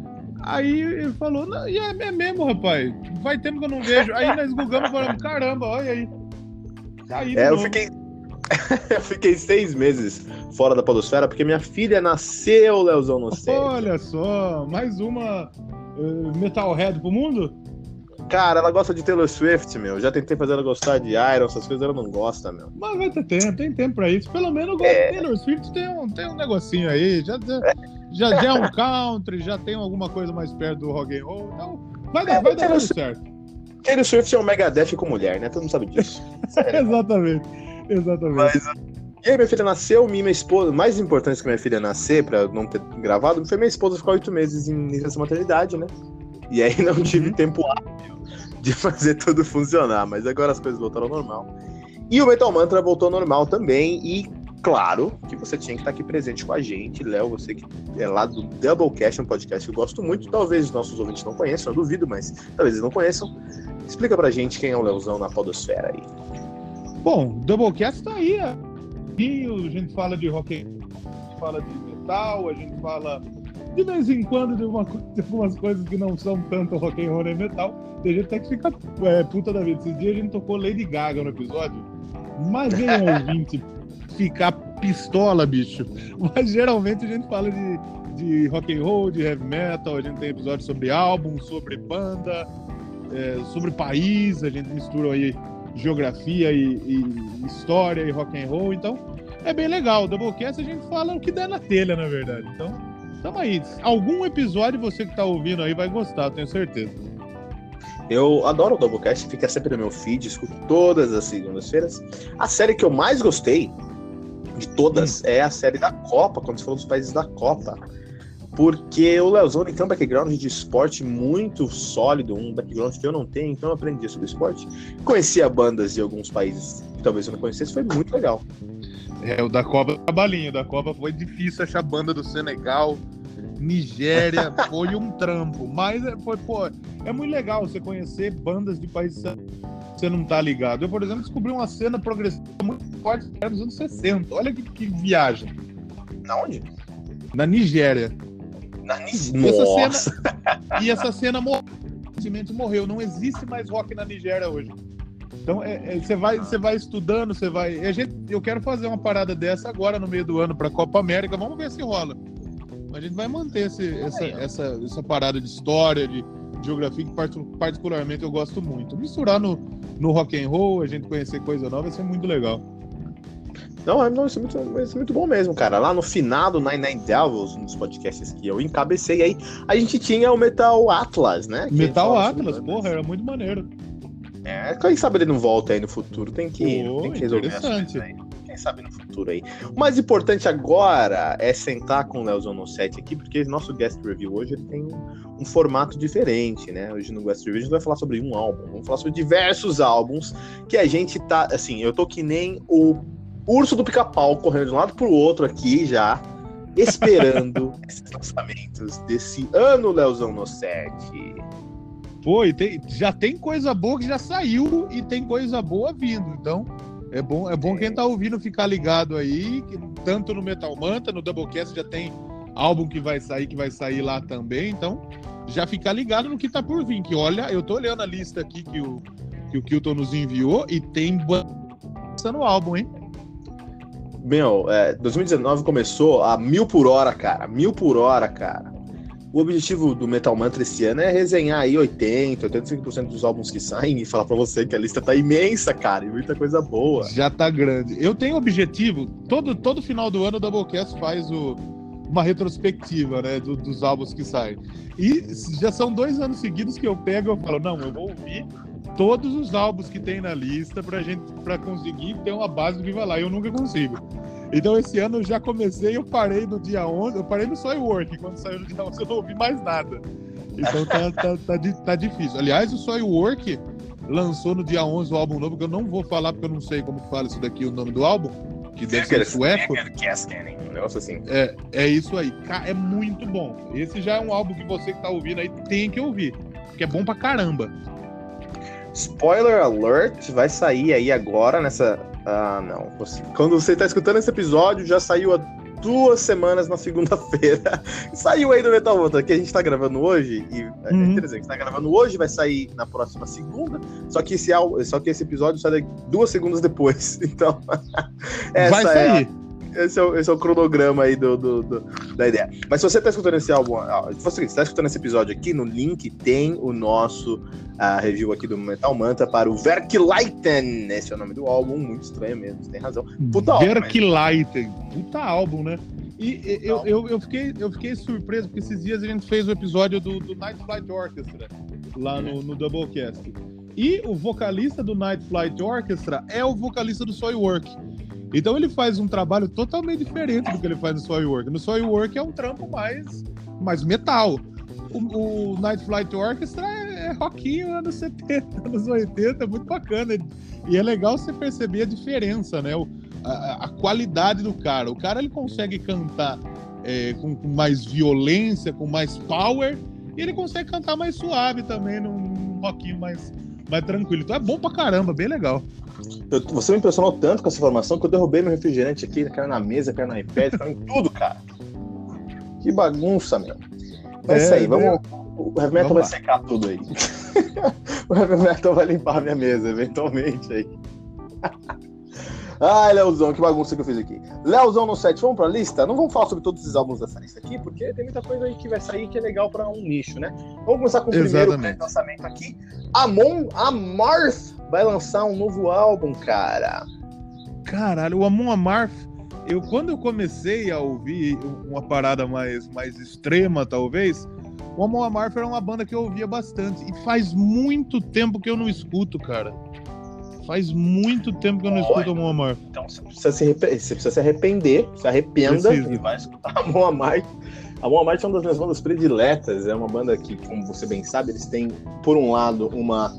D: Aí ele falou, não, e é, é mesmo, rapaz, faz tempo que eu não vejo. Aí nós googamos e falamos, caramba, olha aí. aí
C: é, eu fiquei, eu fiquei seis meses fora da podosfera porque minha filha nasceu, Leozão, no set.
D: Olha só, mais uma uh, Metalhead pro mundo?
C: Cara, ela gosta de Taylor Swift, meu. Já tentei fazer ela gostar de Iron, essas coisas ela não gosta, meu.
D: Mas vai ter tempo, tem tempo pra isso. Pelo menos eu
C: é.
D: Taylor Swift tem um, tem um negocinho aí. Já, já, é. já, já é um country, já tem alguma coisa mais perto do rock and roll. Então vai dar, é, vai dar tudo certo.
C: Taylor Swift é um Megadeth com mulher, né? Todo mundo sabe disso.
D: Exatamente. Exatamente.
C: Mas, e aí minha filha nasceu, minha esposa, mais importante que minha filha nascer, pra não ter gravado, foi minha esposa ficar oito meses em licença maternidade, né? E aí não tive uhum. tempo hábil de fazer tudo funcionar, mas agora as coisas voltaram ao normal. E o Metal Mantra voltou ao normal também, e claro que você tinha que estar aqui presente com a gente, Léo, você que é lá do Doublecast, um podcast que eu gosto muito, talvez os nossos ouvintes não conheçam, eu duvido, mas talvez eles não conheçam. Explica pra gente quem é o Leozão na podosfera aí.
D: Bom, Doublecast tá aí, aqui a gente fala de rock, a gente fala de metal, a gente fala de vez em quando de, uma, de algumas coisas que não são tanto rock and roll nem metal. Tem gente até que fica é, puta da vida. Esses dias a gente tocou Lady Gaga no episódio. Mas vem um ouvinte ficar pistola, bicho. Mas geralmente a gente fala de, de rock and roll, de heavy metal. A gente tem episódios sobre álbum, sobre banda, é, sobre país. A gente mistura aí geografia e, e história e rock and roll. Então é bem legal. O Doublecast a gente fala o que der na telha, na verdade. Então tamo aí. Algum episódio você que tá ouvindo aí vai gostar, eu tenho certeza.
C: Eu adoro o Doublecast, fica sempre no meu feed, escuto todas as segundas-feiras. A série que eu mais gostei de todas, é a série da Copa, quando você falou dos países da Copa. Porque o Leozão tem um background de esporte muito sólido, um background que eu não tenho, então eu aprendi sobre esporte. Conhecia bandas de alguns países que talvez eu não conhecesse, foi muito legal.
D: É, o da Copa, a balinha da Copa foi difícil achar banda do Senegal, Nigéria, foi um trampo. Mas foi, pô, é muito legal você conhecer bandas de países que você não tá ligado. Eu, por exemplo, descobri uma cena progressiva muito forte nos anos sessenta. Olha que, que viagem.
C: Na onde?
D: Na Nigéria.
C: Na Nigéria?
D: Nossa! Cena, e essa cena morreu. morreu. Não existe mais rock na Nigéria hoje. Então, é, é, você, vai, você vai estudando, você vai... A gente, eu quero fazer uma parada dessa agora, no meio do ano, pra Copa América. Vamos ver se rola. A gente vai manter esse, essa, essa, essa parada de história, de geografia, que particularmente eu gosto muito. Misturar no, no rock and roll, a gente conhecer coisa nova, vai ser muito legal.
C: Não, não isso, é muito, isso é muito bom mesmo, cara. Lá no final do Nine Nine Devils, nos podcasts que eu encabecei aí, a gente tinha o Metal Atlas, né?
D: Metal Atlas, porra, era muito maneiro.
C: É, quem sabe ele não volta aí no futuro, tem que,
D: Pô,
C: tem que resolver
D: interessante.
C: Aí. Quem sabe no futuro aí. O mais importante agora é sentar com o Leozão no set aqui, porque nosso guest review hoje ele tem um, um formato diferente, né? Hoje no guest review a gente vai falar sobre um álbum, vamos falar sobre diversos álbuns que a gente tá, assim, eu tô que nem o urso do pica-pau correndo de um lado pro outro aqui já, esperando esses lançamentos desse ano, Leozão no set.
D: Pô, e tem, já tem coisa boa que já saiu e tem coisa boa vindo, então é bom, é bom quem tá ouvindo ficar ligado aí, que tanto no Metal Mantra, no Doublecast já tem álbum que vai sair, que vai sair lá também, então já ficar ligado no que tá por vir, que olha, eu tô olhando a lista aqui que o, que o Kilton nos enviou e tem no álbum, hein?
C: Meu, é, dois mil e dezenove começou a mil por hora, cara, mil por hora, cara. O objetivo do Metal Mantra esse ano é resenhar aí oitenta, oitenta e cinco por cento dos álbuns que saem e falar pra você que a lista tá imensa, cara, e muita coisa boa.
D: Já tá grande. Eu tenho objetivo, todo, todo final do ano o Doublecast faz o, uma retrospectiva, né, do, dos álbuns que saem. E já são dois anos seguidos que eu pego e eu falo, não, eu vou ouvir todos os álbuns que tem na lista pra gente, pra conseguir ter uma base do Viva Lá. Eu nunca consigo. Então esse ano eu já comecei, eu parei no dia onze, eu parei no Soilwork, quando saiu no dia onze eu não ouvi mais nada. Então tá, tá, tá, tá difícil. Aliás, o Soilwork lançou no dia onze o álbum novo, que eu não vou falar porque eu não sei como fala isso daqui, o nome do álbum, que deve ser sueco.
C: Um negócio assim.
D: É, é isso aí, é muito bom. Esse já é um álbum que você que tá ouvindo aí tem que ouvir, porque é bom pra caramba.
C: Spoiler alert, vai sair aí agora nessa... Ah, não. Quando você tá escutando esse episódio, já saiu há duas semanas na segunda-feira. Saiu aí do Metal Mantra, que a gente tá gravando hoje. E é
D: Uhum.
C: interessante, a gente tá gravando hoje, vai sair na próxima segunda. Só que esse, só que esse episódio sai duas segundas depois. Então, essa
D: vai sair.
C: É a... Esse é, o, esse é o cronograma aí do, do, do, da ideia. Mas se você tá escutando esse álbum, se você tá escutando esse episódio aqui, no link tem o nosso uh, review aqui do Metal Mantra para o Verkleiten. Esse é o nome do álbum, muito estranho mesmo, você tem razão. Puta álbum.
D: Verkleiten, puta álbum, né? E, e eu, eu, eu, fiquei, eu fiquei surpreso, porque esses dias a gente fez o episódio do, do Night Flight Orchestra, lá no, no Doublecast. E o vocalista do Night Flight Orchestra é o vocalista do Soilwork. Então ele faz um trabalho totalmente diferente do que ele faz no Soilwork. No Soilwork é um trampo mais, mais metal. O, o Night Flight Orchestra é, é rockinho anos setenta, anos oitenta, é muito bacana. E é legal você perceber a diferença, né? O, a, a qualidade do cara. O cara ele consegue cantar é, com, com mais violência, com mais power, e ele consegue cantar mais suave também, num, num rockinho mais, mais tranquilo. Então é bom pra caramba, bem legal.
C: Eu, você me impressionou tanto com essa informação que eu derrubei meu refrigerante aqui, caiu na mesa, caiu no iPad, caiu em tudo, cara. Que bagunça, meu. Mas é isso aí, vamos. O Heavy Metal vai secar tudo aí. O Heavy Metal vai limpar a minha mesa, eventualmente aí. Ai, Leozão, que bagunça que eu fiz aqui. Leozão no set, vamos pra lista? Não vamos falar sobre todos os álbuns dessa lista aqui, porque tem muita coisa aí que vai sair que é legal pra um nicho, né? Vamos começar com o
D: Exatamente.
C: primeiro lançamento aqui. Amon Amarth vai lançar um novo álbum, cara.
D: Caralho, o Amon Amarth, eu, quando eu comecei a ouvir uma parada mais, mais extrema, talvez, o Amon Amarth era uma banda que eu ouvia bastante. E faz muito tempo que eu não escuto, cara. Faz muito tempo que eu não escuto Amon Amarth.
C: Então você precisa se, arrep... você precisa se arrepender, se arrependa Preciso. e vai escutar Amon Amarth. Amon Amarth é uma das minhas bandas prediletas, é uma banda que, como você bem sabe, eles têm, por um lado, uma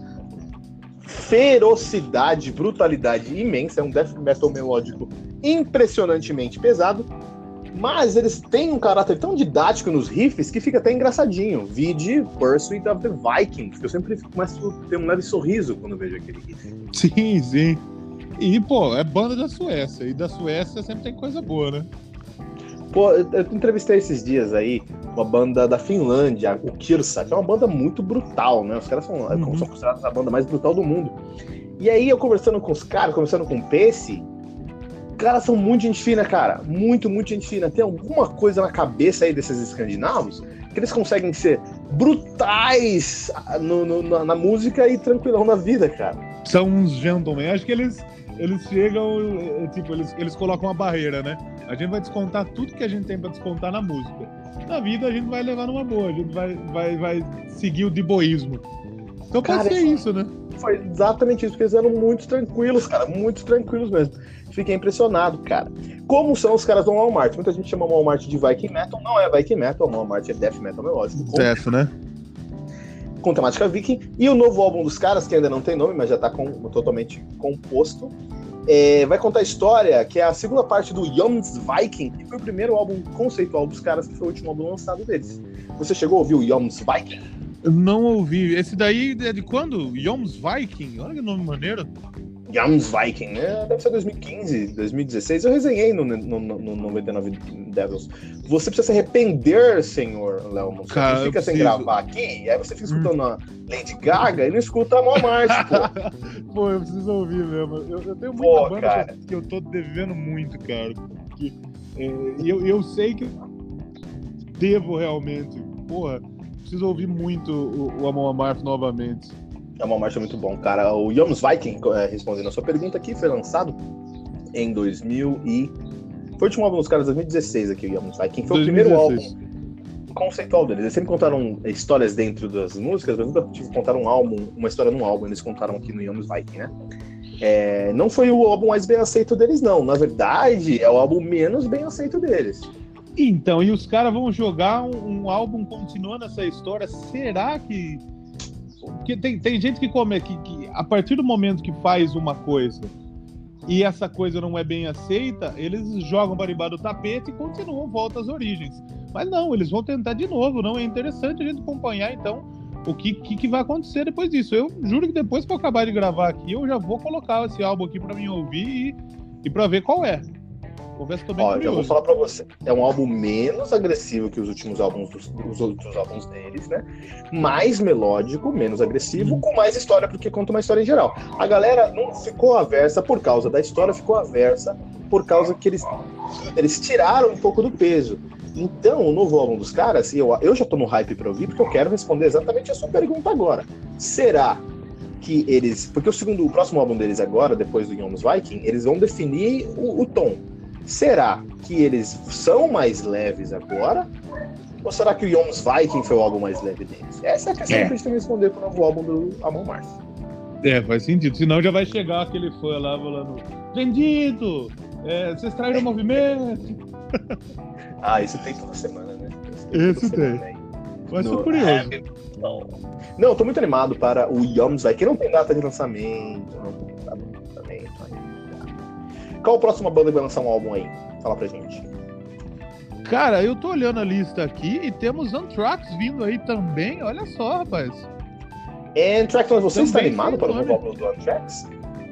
C: ferocidade, brutalidade imensa, é um death metal melódico impressionantemente pesado, mas eles têm um caráter tão didático nos riffs que fica até engraçadinho. Vide Pursuit of the Vikings, que eu sempre começo a ter um leve sorriso quando vejo aquele riff.
D: Sim, sim. E, pô, é banda da Suécia, e da Suécia sempre tem coisa boa, né?
C: Pô, eu, eu entrevistei esses dias aí uma banda da Finlândia, o Kirsa, que é uma banda muito brutal, né? Os caras são, uhum. são considerados a banda mais brutal do mundo. E aí eu conversando com os caras, conversando com o Pesse, os caras são muito gente fina, cara. Muito, muito gente fina. Tem alguma coisa na cabeça aí desses escandinavos que eles conseguem ser brutais no, no, na, na música e tranquilão na vida, cara.
D: São uns gentlemen. Acho que eles, eles chegam, tipo, eles, eles colocam uma barreira, né? A gente vai descontar tudo que a gente tem pra descontar na música. Na vida a gente vai levar numa boa, a gente vai, vai, vai seguir o deboísmo. Então cara, pode ser isso, né?
C: Foi exatamente isso, porque eles eram muito tranquilos, cara, muito tranquilos mesmo. Fiquei impressionado, cara. Como são os caras do Amon Amarth? Muita gente chama Amon Amarth de Viking Metal, não é Viking Metal, Amon Amarth é Death Metal melódico.
D: Death, né?
C: Com temática viking. E o novo álbum dos caras, que ainda não tem nome, mas já tá com, totalmente composto, é, vai contar a história, que é a segunda parte do Jomsviking, que foi o primeiro álbum conceitual dos caras, que foi o último álbum lançado deles. Você chegou a ouvir o Jomsviking?
D: Não ouvi. Esse daí é de quando? Jomsviking? Olha que nome maneiro.
C: Jomsviking, né? Deve ser dois mil e quinze, dois mil e dezesseis. Eu resenhei no, no, no, no noventa e nove Devils. Você precisa se arrepender, senhor Léo. Você
D: Cara,
C: fica sem
D: preciso.
C: gravar aqui, e aí você fica escutando hum. a Lady Gaga e não escuta a Amon Amarth, pô.
D: Pô, eu preciso ouvir mesmo. Eu, eu tenho muita
C: pô,
D: banda
C: cara.
D: que eu tô devendo muito, cara. Porque, é, eu, eu sei que devo realmente. Porra, preciso ouvir muito o, o Amon Amarth novamente.
C: É uma marcha muito bom, cara. O Jomsviking, respondendo a sua pergunta aqui, foi lançado em dois mil e... Foi o último álbum dos caras, dois mil e dezesseis aqui, o Jomsviking. Foi dois mil e dezesseis. O primeiro álbum conceitual deles. Eles sempre contaram histórias dentro das músicas, mas nunca contaram um álbum, uma história num álbum. Eles contaram aqui no Jomsviking, né? É, não foi o álbum mais bem aceito deles, não. Na verdade, é o álbum menos bem aceito deles.
D: Então, e os caras vão jogar um, um álbum continuando essa história? Será que... Porque tem, tem gente que come que, que a partir do momento que faz uma coisa e essa coisa não é bem aceita, eles jogam para debaixo do tapete e continuam, volta às origens. Mas não, eles vão tentar de novo, não? É interessante a gente acompanhar, então, o que, que, que vai acontecer depois disso. Eu juro que depois que eu acabar de gravar aqui, eu já vou colocar esse álbum aqui para mim ouvir e, e para ver qual é. Confesso que tô bem
C: Ó,
D: curioso.
C: já vou falar pra você. É um álbum menos agressivo que os últimos álbuns dos, os outros álbuns deles, né? Mais melódico, menos agressivo, hum. com mais história, porque conta uma história em geral. A galera não ficou aversa por causa da história, ficou aversa por causa que eles, eles tiraram um pouco do peso. Então, o novo álbum dos caras, eu, eu já tô no hype pra ouvir, porque eu quero responder exatamente a sua pergunta agora. Será que eles... Porque o segundo, o próximo álbum deles agora, depois do Jomsviking, eles vão definir o, o tom. Será que eles são mais leves agora? Ou será que o Jomsviking foi o álbum mais leve deles? Essa é a questão é. que a gente tem que responder para o novo álbum do Amon Amarth.
D: É, faz sentido. Senão já vai chegar aquele fã lá falando: vendido! É, vocês traíram o movimento!
C: Ah, isso tem toda semana, né?
D: Esse tem. tem. Mas sou curioso.
C: É, não. não, eu tô muito animado para o Jomsviking. Não tem data de lançamento, não tem data de lançamento ainda. Qual a próxima banda que vai lançar um álbum aí? Fala pra gente.
D: Cara, eu tô olhando a lista aqui e temos Anthrax vindo aí também. Olha só, rapaz.
C: Anthrax, mas você
D: também
C: está animado para o novo álbum do Anthrax?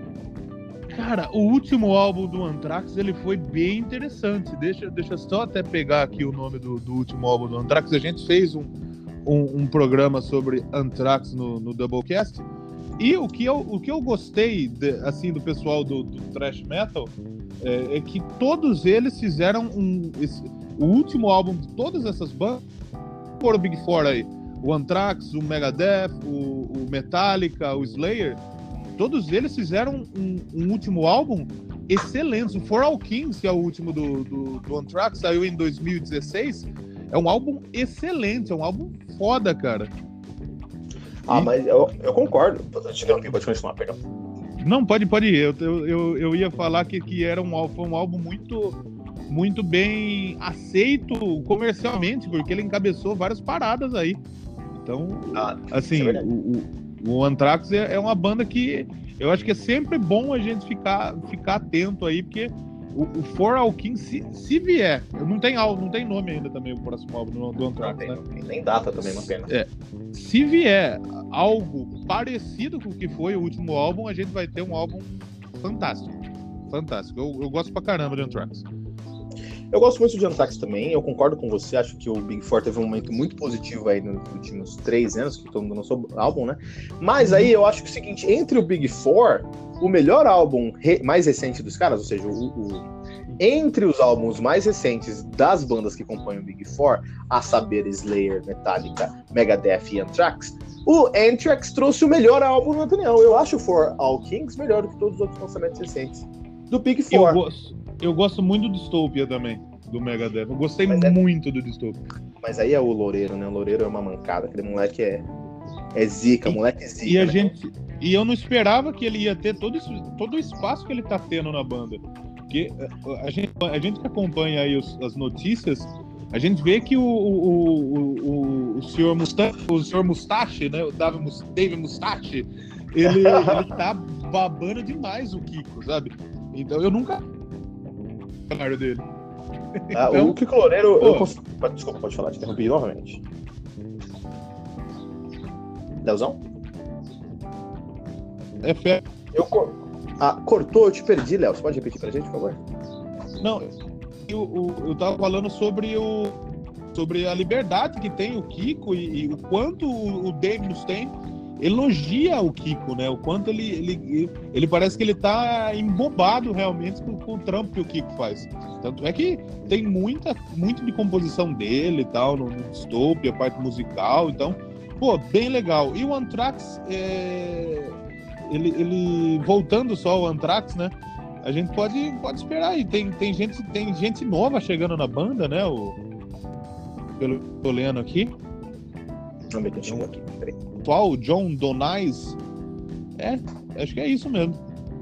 D: Cara, o último álbum do Anthrax, ele foi bem interessante. Deixa, deixa eu só até pegar aqui o nome do, do último álbum do Anthrax. A gente fez um, um, um programa sobre Anthrax no, no Doublecast. E o que eu, o que eu gostei de, assim, do pessoal do, do thrash metal é, é que todos eles fizeram um, esse, o último álbum de todas essas bandas, foram o Big Four aí, o Anthrax, o Megadeth, o, o Metallica, o Slayer, todos eles fizeram um, um último álbum excelente. O For All Kings, que é o último do, do, do Anthrax, saiu em dois mil e dezesseis, é um álbum excelente, é um álbum foda, cara.
C: Ah, mas eu, eu concordo. Eu te interrompi, pode continuar, perdão.
D: Não, pode, pode ir. Eu, eu, eu, eu ia falar que, que era um, foi um álbum muito, muito bem aceito comercialmente, porque ele encabeçou várias paradas aí. Então,
C: Ah,
D: assim,
C: é
D: o, o, o Anthrax é, é uma banda que eu acho que é sempre bom a gente ficar, ficar atento aí, porque o, o For All Kings, se, se vier, não tem, não tem nome ainda também o próximo álbum do, do Anthrax,
C: tem,
D: né?
C: tem, nem data também, uma pena.
D: É, se vier algo parecido com o que foi o último álbum, a gente vai ter um álbum fantástico. Fantástico. Eu, eu gosto pra caramba de Anthrax.
C: Eu gosto muito de Anthrax também, eu concordo com você, acho que o Big Four teve um momento muito positivo aí nos últimos três anos, que todo mundo lançou álbum, né? Mas aí eu acho que é o seguinte, entre o Big Four, o melhor álbum re- mais recente dos caras, ou seja, o, o, entre os álbuns mais recentes das bandas que compõem o Big Four, a saber Slayer, Metallica, Megadeth e Anthrax, o Anthrax trouxe o melhor álbum, na minha opinião. Eu acho o For All Kings melhor do que todos os outros lançamentos recentes do Big Four.
D: Eu gosto. Eu gosto muito do Dystopia também, do Megadeth. Eu gostei
C: Mas é...
D: muito do Dystopia.
C: Mas aí é o Loureiro, né? O Loureiro é uma mancada. Aquele moleque é, é zica,
D: e,
C: moleque é zica.
D: E, a
C: né?
D: gente, e eu não esperava que ele ia ter todo, isso, todo o espaço que ele tá tendo na banda. Porque a gente, a gente que acompanha aí os, as notícias, a gente vê que o, o, o, o, o senhor Mustache, o senhor Mustache, né? O Dave, Dave Mustache, ele, ele tá babando demais o Kiko, sabe? Então eu nunca dele.
C: Ah,
D: Então,
C: o Kiko Loureiro, eu
D: pô,
C: cons... desculpa, pode falar, te interrompi novamente. Leozão?
D: é fé.
C: Eu cor... ah, cortou, eu te perdi, Léo. Você pode repetir pra gente, por favor?
D: Não, eu, eu, eu tava falando sobre o sobre a liberdade que tem o Kiko e, e o quanto o, o Damius tem. Elogia o Kiko, né? O quanto ele, ele, ele parece que ele tá embobado realmente com, com o trampo que o Kiko faz. Tanto é que tem muita, muito de composição dele e tal, no, no Dystopia, a parte musical, então, pô, bem legal. E o Anthrax, é... ele, ele, voltando só ao Anthrax, né? A gente pode, pode esperar aí. Tem, tem, gente, tem gente nova chegando na banda, né? O... Pelo que eu tô lendo aqui.
C: Vamos ver quem chegou aqui. Peraí.
D: Qual? John Donais? É, acho que é isso mesmo.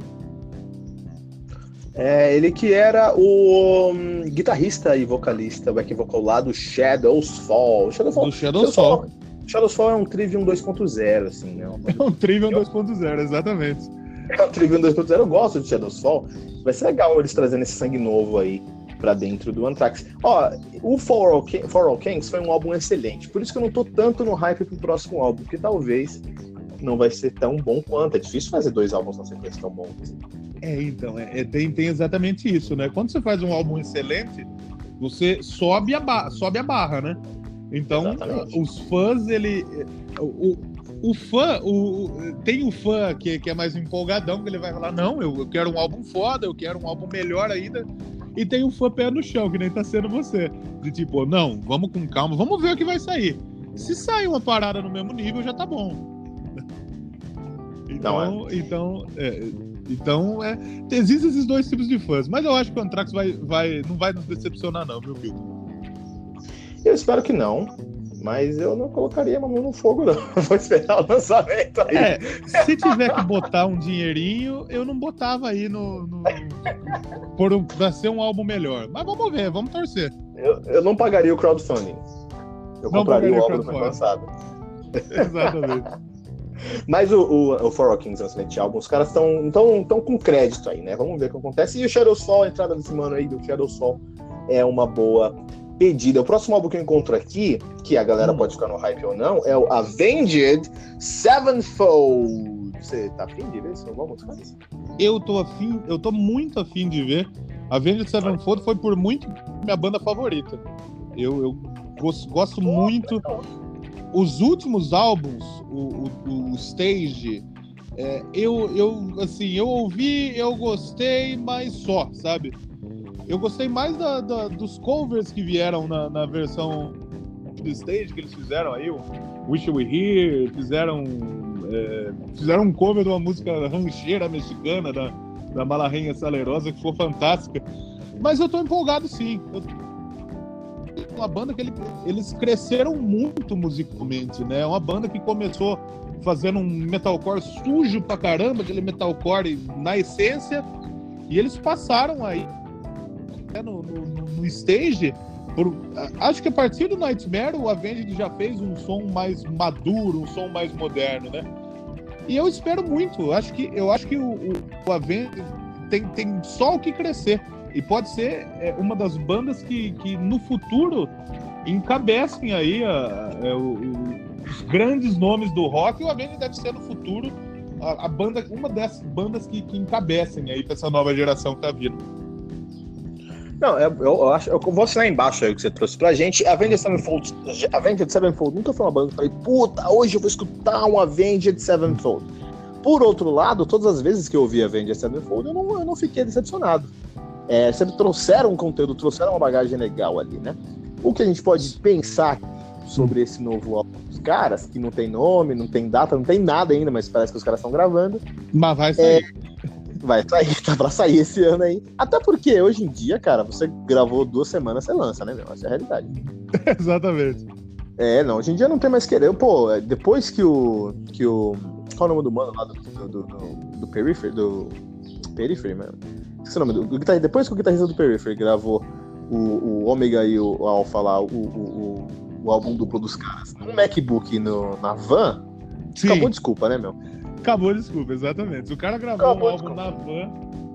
C: É, ele que era o um, guitarrista e vocalista, back vocal lá do Shadows Fall. Shadows Fall,
D: Do Shadows Fall.
C: Shadows Fall é um Trivium dois ponto zero, assim, né?
D: É um Trivium dois ponto zero, exatamente.
C: É um Trivium dois ponto zero, eu gosto de Shadows Fall. Vai ser legal eles trazendo esse sangue novo aí pra dentro do Anthrax. Ó, o For All, King, For All Kings foi um álbum excelente, por isso que eu não tô tanto no hype pro próximo álbum, porque talvez não vai ser tão bom quanto. É difícil fazer dois álbuns na sequência tão bons. Assim.
D: É, então, é, é, tem, tem exatamente isso, né? Quando você faz um álbum excelente, você sobe a, ba- sobe a barra, né? Então,
C: Exatamente.
D: os fãs, ele... O, o fã, o, tem o fã que, que é mais empolgadão, que ele vai falar, não, eu, eu quero um álbum foda, eu quero um álbum melhor ainda. E tem o fã pé no chão, que nem tá sendo você. De tipo, não, vamos com calma, vamos ver o que vai sair. Se sair uma parada no mesmo nível, já tá bom. Então,
C: Não, é.
D: então, é, então é, existem esses dois tipos de fãs. Mas eu acho que o Anthrax vai, vai, não vai nos decepcionar não, viu, Bill?
C: Eu espero que não, mas eu não colocaria a mão no fogo, não. Vou esperar o lançamento aí.
D: É, se tiver que botar um dinheirinho, eu não botava aí no, no por um, pra ser um álbum melhor. Mas vamos ver, vamos torcer.
C: Eu, eu não pagaria o crowdfunding. Eu
D: Não
C: compraria o
D: pagaria
C: álbum no lançado.
D: Exatamente.
C: Mas o, o, o For All Kings é um excelente álbum. Os caras estão tão, tão com crédito aí, né? Vamos ver o que acontece. E o Shadows Fall, a entrada desse mano aí do Shadows Fall é uma boa pedida. O próximo álbum que eu encontro aqui, que a galera hum. pode ficar no hype ou não, é o Avenged Sevenfold. Você tá afim de ver esse novo álbum dos caras?
D: Eu tô afim, eu tô muito afim de ver. Avenged Sevenfold foi por muito minha banda favorita. Eu, eu gosto, gosto muito. Os últimos álbuns, o, o, o Stage, é, eu, eu, assim, eu ouvi, eu gostei, mas só, sabe? Eu gostei mais da, da, dos covers que vieram na, na versão do Stage que eles fizeram aí, o Wish You Were Here, fizeram, é, fizeram um cover de uma música rancheira mexicana da, da Malarenha Salerosa, que foi fantástica. Mas eu tô empolgado sim. Eu, uma banda que ele, eles cresceram muito musicalmente, né? É uma banda que começou fazendo um metalcore sujo pra caramba, aquele metalcore na essência, e eles passaram aí, né, no, no, no stage. Por, acho que a partir do Nightmare o Avenged já fez um som mais maduro, um som mais moderno, né? E eu espero muito. Acho que, eu acho que o, o, o Avenged tem, tem só o que crescer. E pode ser é, uma das bandas que, que no futuro encabecem aí a, a, o, os grandes nomes do rock. E o Avenged deve ser no futuro a, a banda, uma dessas bandas que, que encabecem aí para essa nova geração que tá vindo.
C: Não, eu, eu acho, eu vou assinar embaixo aí o que você trouxe pra gente. Avenged Sevenfold, Avenged Sevenfold nunca foi uma banda que eu falei, puta, hoje eu vou escutar um Avenged Sevenfold. Por outro lado, todas as vezes que eu ouvi Avenged Sevenfold, eu não, eu não fiquei decepcionado. É, sempre trouxeram um conteúdo, trouxeram uma bagagem legal ali, né? O que a gente pode pensar sobre esse novo álbum dos caras, que não tem nome, não tem data, não tem nada ainda, mas parece que os caras estão gravando.
D: Mas vai sair.
C: É, vai sair, tá pra sair esse ano aí. Até porque hoje em dia, cara, você gravou duas semanas, você lança, né, meu? Essa é a realidade.
D: Exatamente.
C: É, não, hoje em dia não tem mais querer. Pô, depois que o. que o. Qual é o nome do mano lá do, do, do, do Periphery? Do. Periphery, mano. Esqueci o nome do. do guitarrista, depois que o guitarrista do Periphery gravou o, o Omega e o, o Alpha lá, o, o, o, o álbum duplo dos caras, no MacBook no, na van,
D: Sim.
C: acabou desculpa, né, meu?
D: Acabou, desculpa, exatamente. Se o cara gravou
C: Acabou,
D: um álbum
C: desculpa.
D: na van,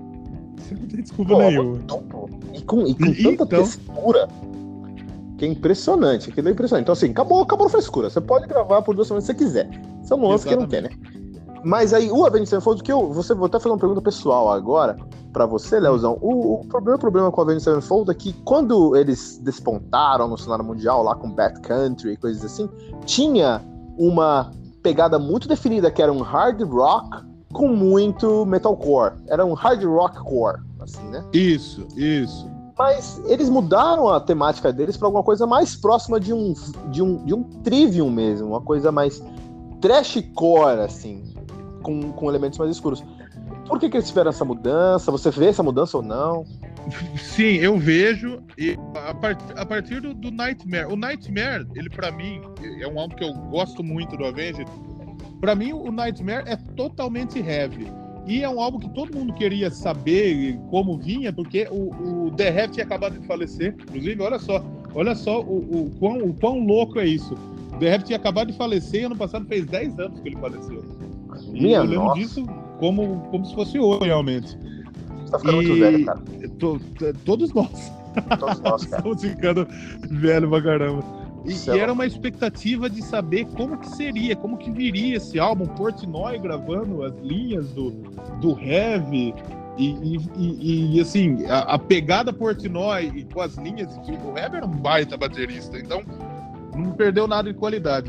D: você não tem desculpa
C: Pô,
D: nenhuma.
C: então, pô, e com, e com
D: E,
C: tanta
D: então...
C: textura que é impressionante, aquilo é impressionante. Então assim, acabou, acabou a frescura. Você pode gravar por duas semanas se você quiser. Você não lança quem não quer, né? Mas aí, o Avenged Sevenfold, que eu você, vou até fazer uma pergunta pessoal agora pra você, Leozão. O, o primeiro problema com o Avenged Sevenfold é que quando eles despontaram no cenário mundial lá com Bad Country e coisas assim, tinha uma pegada muito definida, que era um hard rock com muito metalcore. Era um hard rock core, assim, né?
D: Isso, isso.
C: Mas eles mudaram a temática deles pra alguma coisa mais próxima de um, de um, de um Trivium mesmo, uma coisa mais trashcore, assim, com, com elementos mais escuros. Por que que eles tiveram essa mudança? Você vê essa mudança ou não?
D: Sim, eu vejo. E a, part, a partir do, do Nightmare. O Nightmare, ele pra mim, é um álbum que eu gosto muito do Avenged. Pra mim, o Nightmare é totalmente heavy. E é um álbum que todo mundo queria saber como vinha, porque o, o The Heavy tinha acabado de falecer. Inclusive, olha só, olha só o, o, quão, o quão louco é isso. O The Heavy tinha acabado de falecer e ano passado fez dez anos que ele faleceu. E
C: Minha
D: eu lembro
C: nossa.
D: disso como, como se fosse hoje, realmente.
C: Você tá ficando
D: E-
C: muito velho, cara.
D: To- to- todos nós.
C: Todos nós, cara.
D: Estamos ficando velho pra caramba. E,
C: Céu.
D: e era uma expectativa de saber como que seria, como que viria esse álbum, Portnoy gravando as linhas do, do Heavy, e, e, e- e, assim, a, a pegada Portnoy e com as linhas, que o Heavy era um baita baterista, então não perdeu nada de qualidade.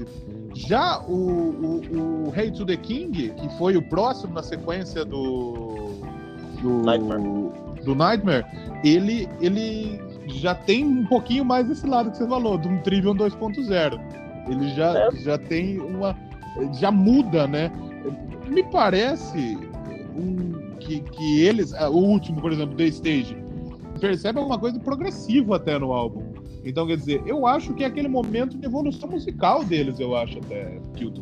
D: Já o, o, o Hey to the King, que foi o próximo na sequência do, do
C: Nightmare.
D: do Nightmare, ele, ele já tem um pouquinho mais desse lado que você falou, de um Trivium dois ponto zero. Ele já,
C: É.
D: já tem uma... já muda, né? Me parece um, que, que eles... ah, o último, por exemplo, The Stage, percebe alguma coisa progressiva até no álbum. Então, quer dizer, eu acho que é aquele momento de evolução musical deles, eu acho até, Kilton.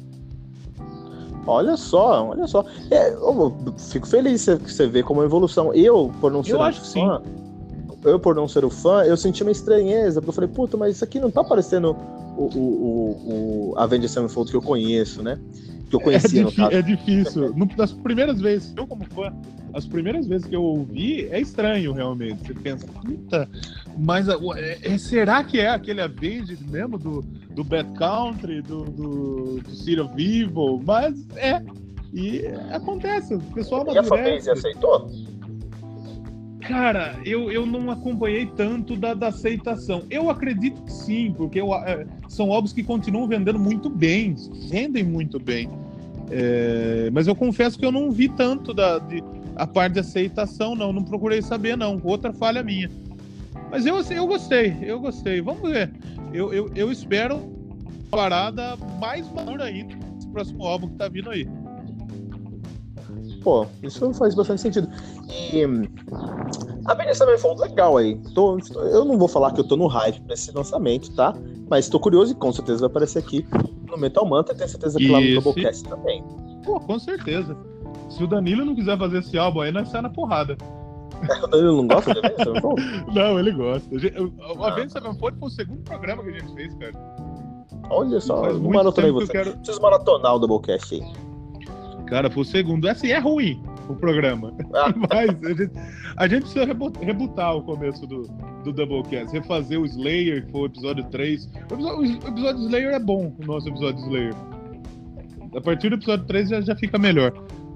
C: Olha só, olha só. É, eu fico feliz que você vê como evolução. Eu, por não ser
D: Eu
C: um
D: acho que
C: fã, eu, por não ser o fã, eu senti uma estranheza, porque eu falei, puta, mas isso aqui não tá parecendo o, o, o, o Avenged Sevenfold que eu conheço, né? Que eu conhecia,
D: é,
C: no
D: difi-
C: caso.
D: é difícil. No, das primeiras vezes, eu como fã, as primeiras vezes que eu ouvi, é estranho realmente. Você pensa, puta, mas a- é- é- será que é aquele Avenged mesmo do, do Bad Country, do, do, do City of Evil? Mas é. E acontece, o pessoal
C: E a fanbase
D: amadurece.
C: aceitou?
D: Cara, eu, eu não acompanhei tanto da, da aceitação. Eu acredito que sim, porque eu, é, são álbuns que continuam vendendo muito bem, vendem muito bem. É, mas eu confesso que eu não vi tanto da, de, a parte de aceitação, não. Não procurei saber, não. Outra falha minha. Mas eu, eu gostei, eu gostei. Vamos ver. Eu, eu, eu espero uma parada mais madura ainda nesse próximo álbum que tá vindo aí.
C: Pô, isso faz bastante sentido. E Avenged Sevenfold, legal aí. Tô, eu não vou falar que eu tô no hype pra esse lançamento, tá? Mas tô curioso e com certeza vai aparecer aqui no Metal Mantra e tenho certeza que lá no
D: Esse-
C: Doublecast também.
D: Pô, com certeza. Se o Danilo não quiser fazer esse álbum aí, nós saímos na porrada.
C: O Danilo não gosta de Avenged Sevenfold?
D: Não, ele gosta. A gente- O Avenged Sevenfold foi o segundo programa que a gente fez, cara.
C: Olha só,
D: Faz
C: não
D: muito
C: maratonei
D: tempo que
C: você.
D: eu quero-
C: Preciso maratonar o Doublecast aí.
D: Cara, foi o segundo. Assim, é ruim o programa.
C: Ah.
D: Mas a gente, a gente precisa rebu- rebutar o começo do, do Doublecast. Refazer o Slayer, que foi o episódio três. O episódio, o episódio do Slayer é bom, o nosso episódio do Slayer. A partir do episódio três já, já fica melhor.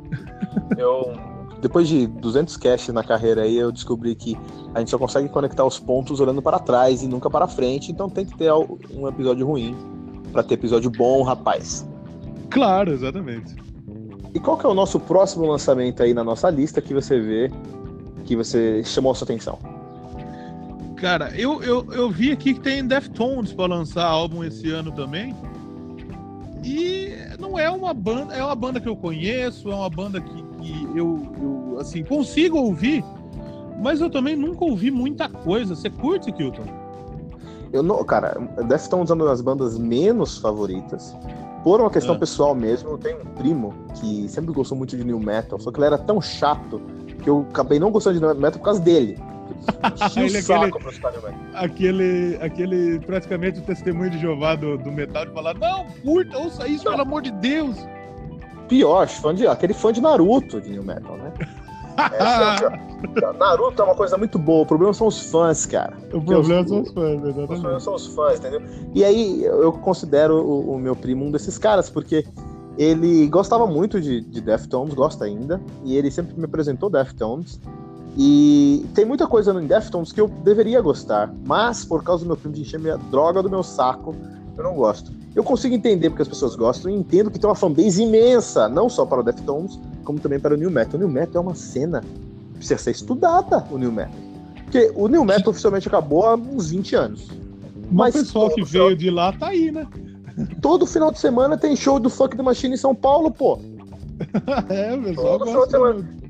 C: Eu, depois de duzentos casts na carreira aí, eu descobri que a gente só consegue conectar os pontos olhando para trás e nunca para frente, então tem que ter al- um episódio ruim pra ter episódio bom, rapaz.
D: Claro, exatamente.
C: E qual que é o nosso próximo lançamento aí na nossa lista que você vê, que você chamou a sua atenção?
D: Cara, eu, eu, eu vi aqui que tem Deftones pra lançar álbum esse ano também. E não é uma banda, é uma banda que eu conheço, é uma banda que, que eu, eu, assim, consigo ouvir, mas eu também nunca ouvi muita coisa. Você curte, Kilton?
C: Eu não, cara, Deftones é uma das bandas menos favoritas. Por uma questão
D: Ah.
C: pessoal mesmo, eu tenho um primo que sempre gostou muito de new metal, só que ele era tão chato que eu acabei não gostando de new metal por causa dele. Enchia o
D: Ele é
C: saco
D: aquele-
C: pra escutar new metal.
D: Aquele, aquele praticamente o testemunho de Jeová do, do metal de falar, não, curta, ouça isso, pelo amor de Deus.
C: Pior, fã de, aquele fã de Naruto de new metal, né? Essa é a pior. Naruto é uma coisa muito boa, o problema são os fãs, cara.
D: O problema
C: os-
D: são os fãs,
C: Os problemas
D: exatamente.
C: são os fãs, entendeu? E aí eu considero o, o meu primo um desses caras, porque ele gostava muito de, de Deftones, gosta ainda, e ele sempre me apresentou Deftones. E tem muita coisa no Deftones que eu deveria gostar, mas por causa do meu primo de encher minha droga do meu saco, eu não gosto. Eu consigo entender porque as pessoas gostam e entendo que tem uma fanbase imensa, não só para o Deftones, como também para o New Metal. O New Metal é uma cena que precisa ser estudada, o New Metal. Porque o New Metal oficialmente acabou há uns vinte anos.
D: Mas
C: Mas
D: o pessoal que
C: todo
D: veio de lá tá aí, né?
C: Todo final de semana tem show do Funk the Machine em São Paulo, pô.
D: É, o pessoal
C: Todo
D: gosta.
C: final de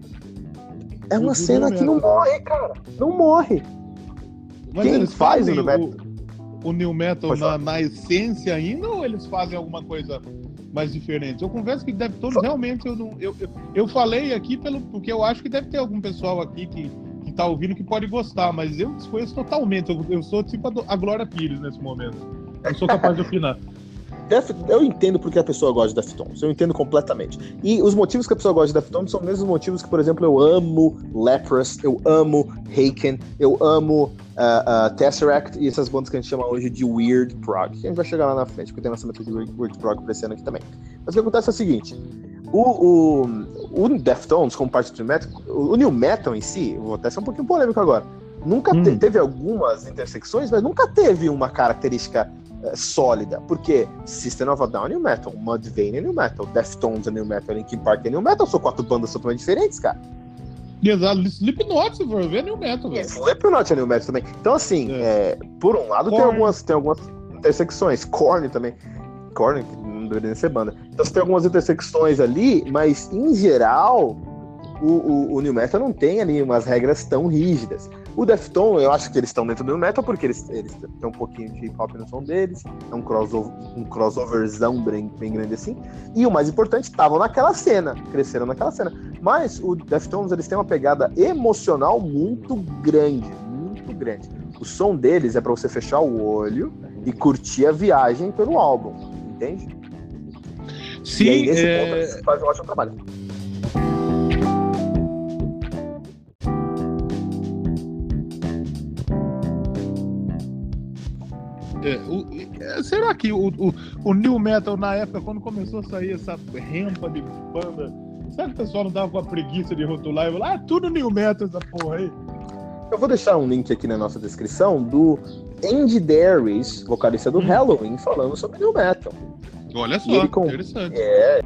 C: É uma
D: Do
C: cena
D: New
C: que não
D: Metal.
C: morre, cara. Não morre.
D: Mas
C: Quem
D: eles
C: faz
D: fazem
C: o New Metal?
D: o, o New Metal
C: Pode
D: na,
C: falar.
D: na essência ainda ou eles fazem alguma coisa mais diferente? Eu confesso que Deftones realmente eu não. Eu, eu, eu falei aqui pelo, porque eu acho que deve ter algum pessoal aqui que, que tá ouvindo que pode gostar, mas eu desconheço totalmente. Eu, eu sou tipo a, do- a Glória Pires nesse momento. Eu sou capaz de opinar.
C: Def- Eu entendo porque a pessoa gosta de Deftones. Eu entendo completamente. E os motivos que a pessoa gosta de Deftones são os mesmos motivos que, por exemplo, eu amo Leprous, eu amo Haken, eu amo uh, uh, Tesseract e essas bandas que a gente chama hoje de Weird Prog. Que a gente vai chegar lá na frente, porque tem lançamento de Weird, Weird Prog pra esse ano aqui também. Mas o que acontece é o seguinte: o, o, o Deftones, como parte do New Metal, o, o New Metal em si, eu vou até ser um pouquinho polêmico agora, nunca
D: Hum.
C: te- teve algumas intersecções, mas nunca teve uma característica é, sólida, porque System of a Down é New Metal, Mudvayne é New Metal, Deftones é New Metal, Linkin Park é New Metal, são quatro bandas totalmente diferentes, cara.
D: Exato, Slipknot, se for ver, é New Metal,
C: E
D: velho.
C: Slipknot é New Metal também. Então, assim,
D: É.
C: é, por um lado tem
D: Korn.
C: algumas, tem algumas intersecções, Korn também, Korn, que não deveria nem ser banda. Então você tem algumas intersecções ali, mas em geral o, o, o New Metal não tem ali umas regras tão rígidas. O Deftones, eu acho que eles estão dentro do New Metal porque eles, eles têm um pouquinho de hip hop no som deles, é um crossover, um crossoverzão bem, bem grande assim. E o mais importante, estavam naquela cena, cresceram naquela cena. Mas o Deftones, eles têm uma pegada emocional muito grande, muito grande. O som deles é pra você fechar o olho e curtir a viagem pelo álbum, entende?
D: Sim,
C: e aí, nesse
D: é...
C: ponto, eles fazem um ótimo trabalho.
D: É, o- é, será que o, o, o New Metal, na época, quando começou a sair essa rampa de banda, será que o pessoal não tava com a preguiça de rotular e falar, ah, tudo New Metal essa porra aí?
C: Eu vou deixar um link aqui na nossa descrição do Andy Darius, vocalista do
D: Hum.
C: Halloween, falando sobre New Metal.
D: Olha só,
C: E ele com-
D: interessante.
C: É.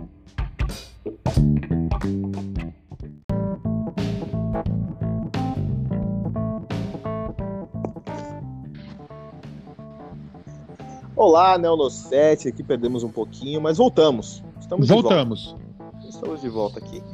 C: Olá, Neolo sete, aqui perdemos um pouquinho, mas voltamos. Estamos de volta.
D: Voltamos.
C: Estamos de volta aqui.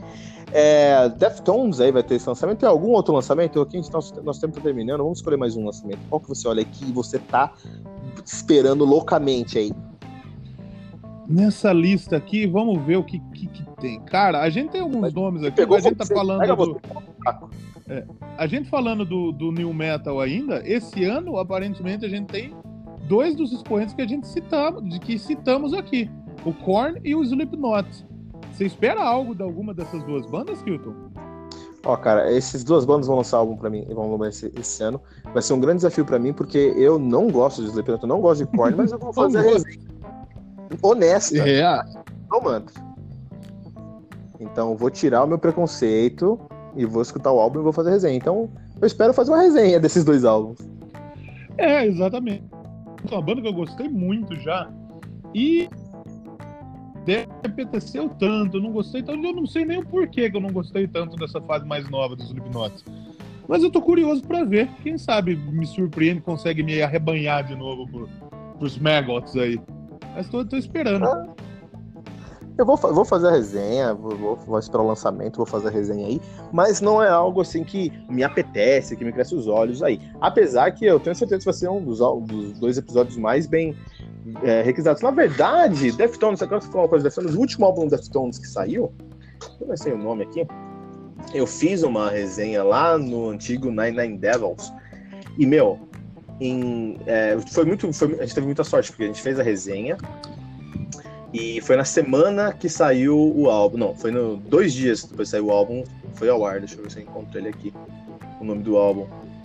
C: É, Deftones aí vai ter esse lançamento. Tem algum outro lançamento? Aqui a gente, nós, nosso tempo tá terminando. Vamos escolher mais um lançamento. Qual que você olha aqui e você tá esperando loucamente aí?
D: Nessa lista aqui, vamos ver o que, que, que tem. Cara, a gente tem alguns
C: Mas
D: nomes aqui.
C: pegou
D: A gente tá
C: você,
D: falando
C: pega
D: do,
C: você.
D: é, a gente falando do, do New Metal ainda. Esse ano, aparentemente, a gente tem dois dos expoentes que a gente citamos, de que citamos aqui: o Korn e o Slipknot. Você espera algo de alguma dessas duas bandas, Kilton?
C: Ó, cara, essas duas bandas vão lançar álbum pra mim, vão lançar esse, esse ano. Vai ser um grande desafio pra mim, porque eu não gosto de Slipknot, eu não gosto de Korn, mas eu vou fazer a resenha honesta.
D: É.
C: Não, mano. Então, vou tirar o meu preconceito e vou escutar o álbum e vou fazer a resenha. Então, eu espero fazer uma resenha desses dois álbuns.
D: É, exatamente. É uma banda que eu gostei muito já. E me apeteceu tanto, eu não gostei tanto, eu não sei nem o porquê que eu não gostei tanto dessa fase mais nova dos Slipknot. Mas eu tô curioso pra ver. Quem sabe me surpreende, consegue me arrebanhar de novo por, pros Maggots aí. Mas tô, tô esperando.
C: Ah, eu vou, vou fazer a resenha, vou, vou, vou esperar o lançamento, vou fazer a resenha aí, mas não é algo assim que me apetece, que me cresce os olhos aí. Apesar que eu tenho certeza que vai ser um dos, dos dois episódios mais bem é, requisitados. Na verdade, Deftones, agora você falou uma coisa, Deftones, o último álbum Deftones que saiu, eu não sei o nome aqui, eu fiz uma resenha lá no antigo Nine Nine Devils, e meu, em, é, foi muito, foi, a gente teve muita sorte, porque a gente fez a resenha, e foi na semana que saiu o álbum. Não, foi no dois dias depois que saiu o álbum. Foi ao ar, deixa eu ver se eu encontro ele aqui. O nome do álbum.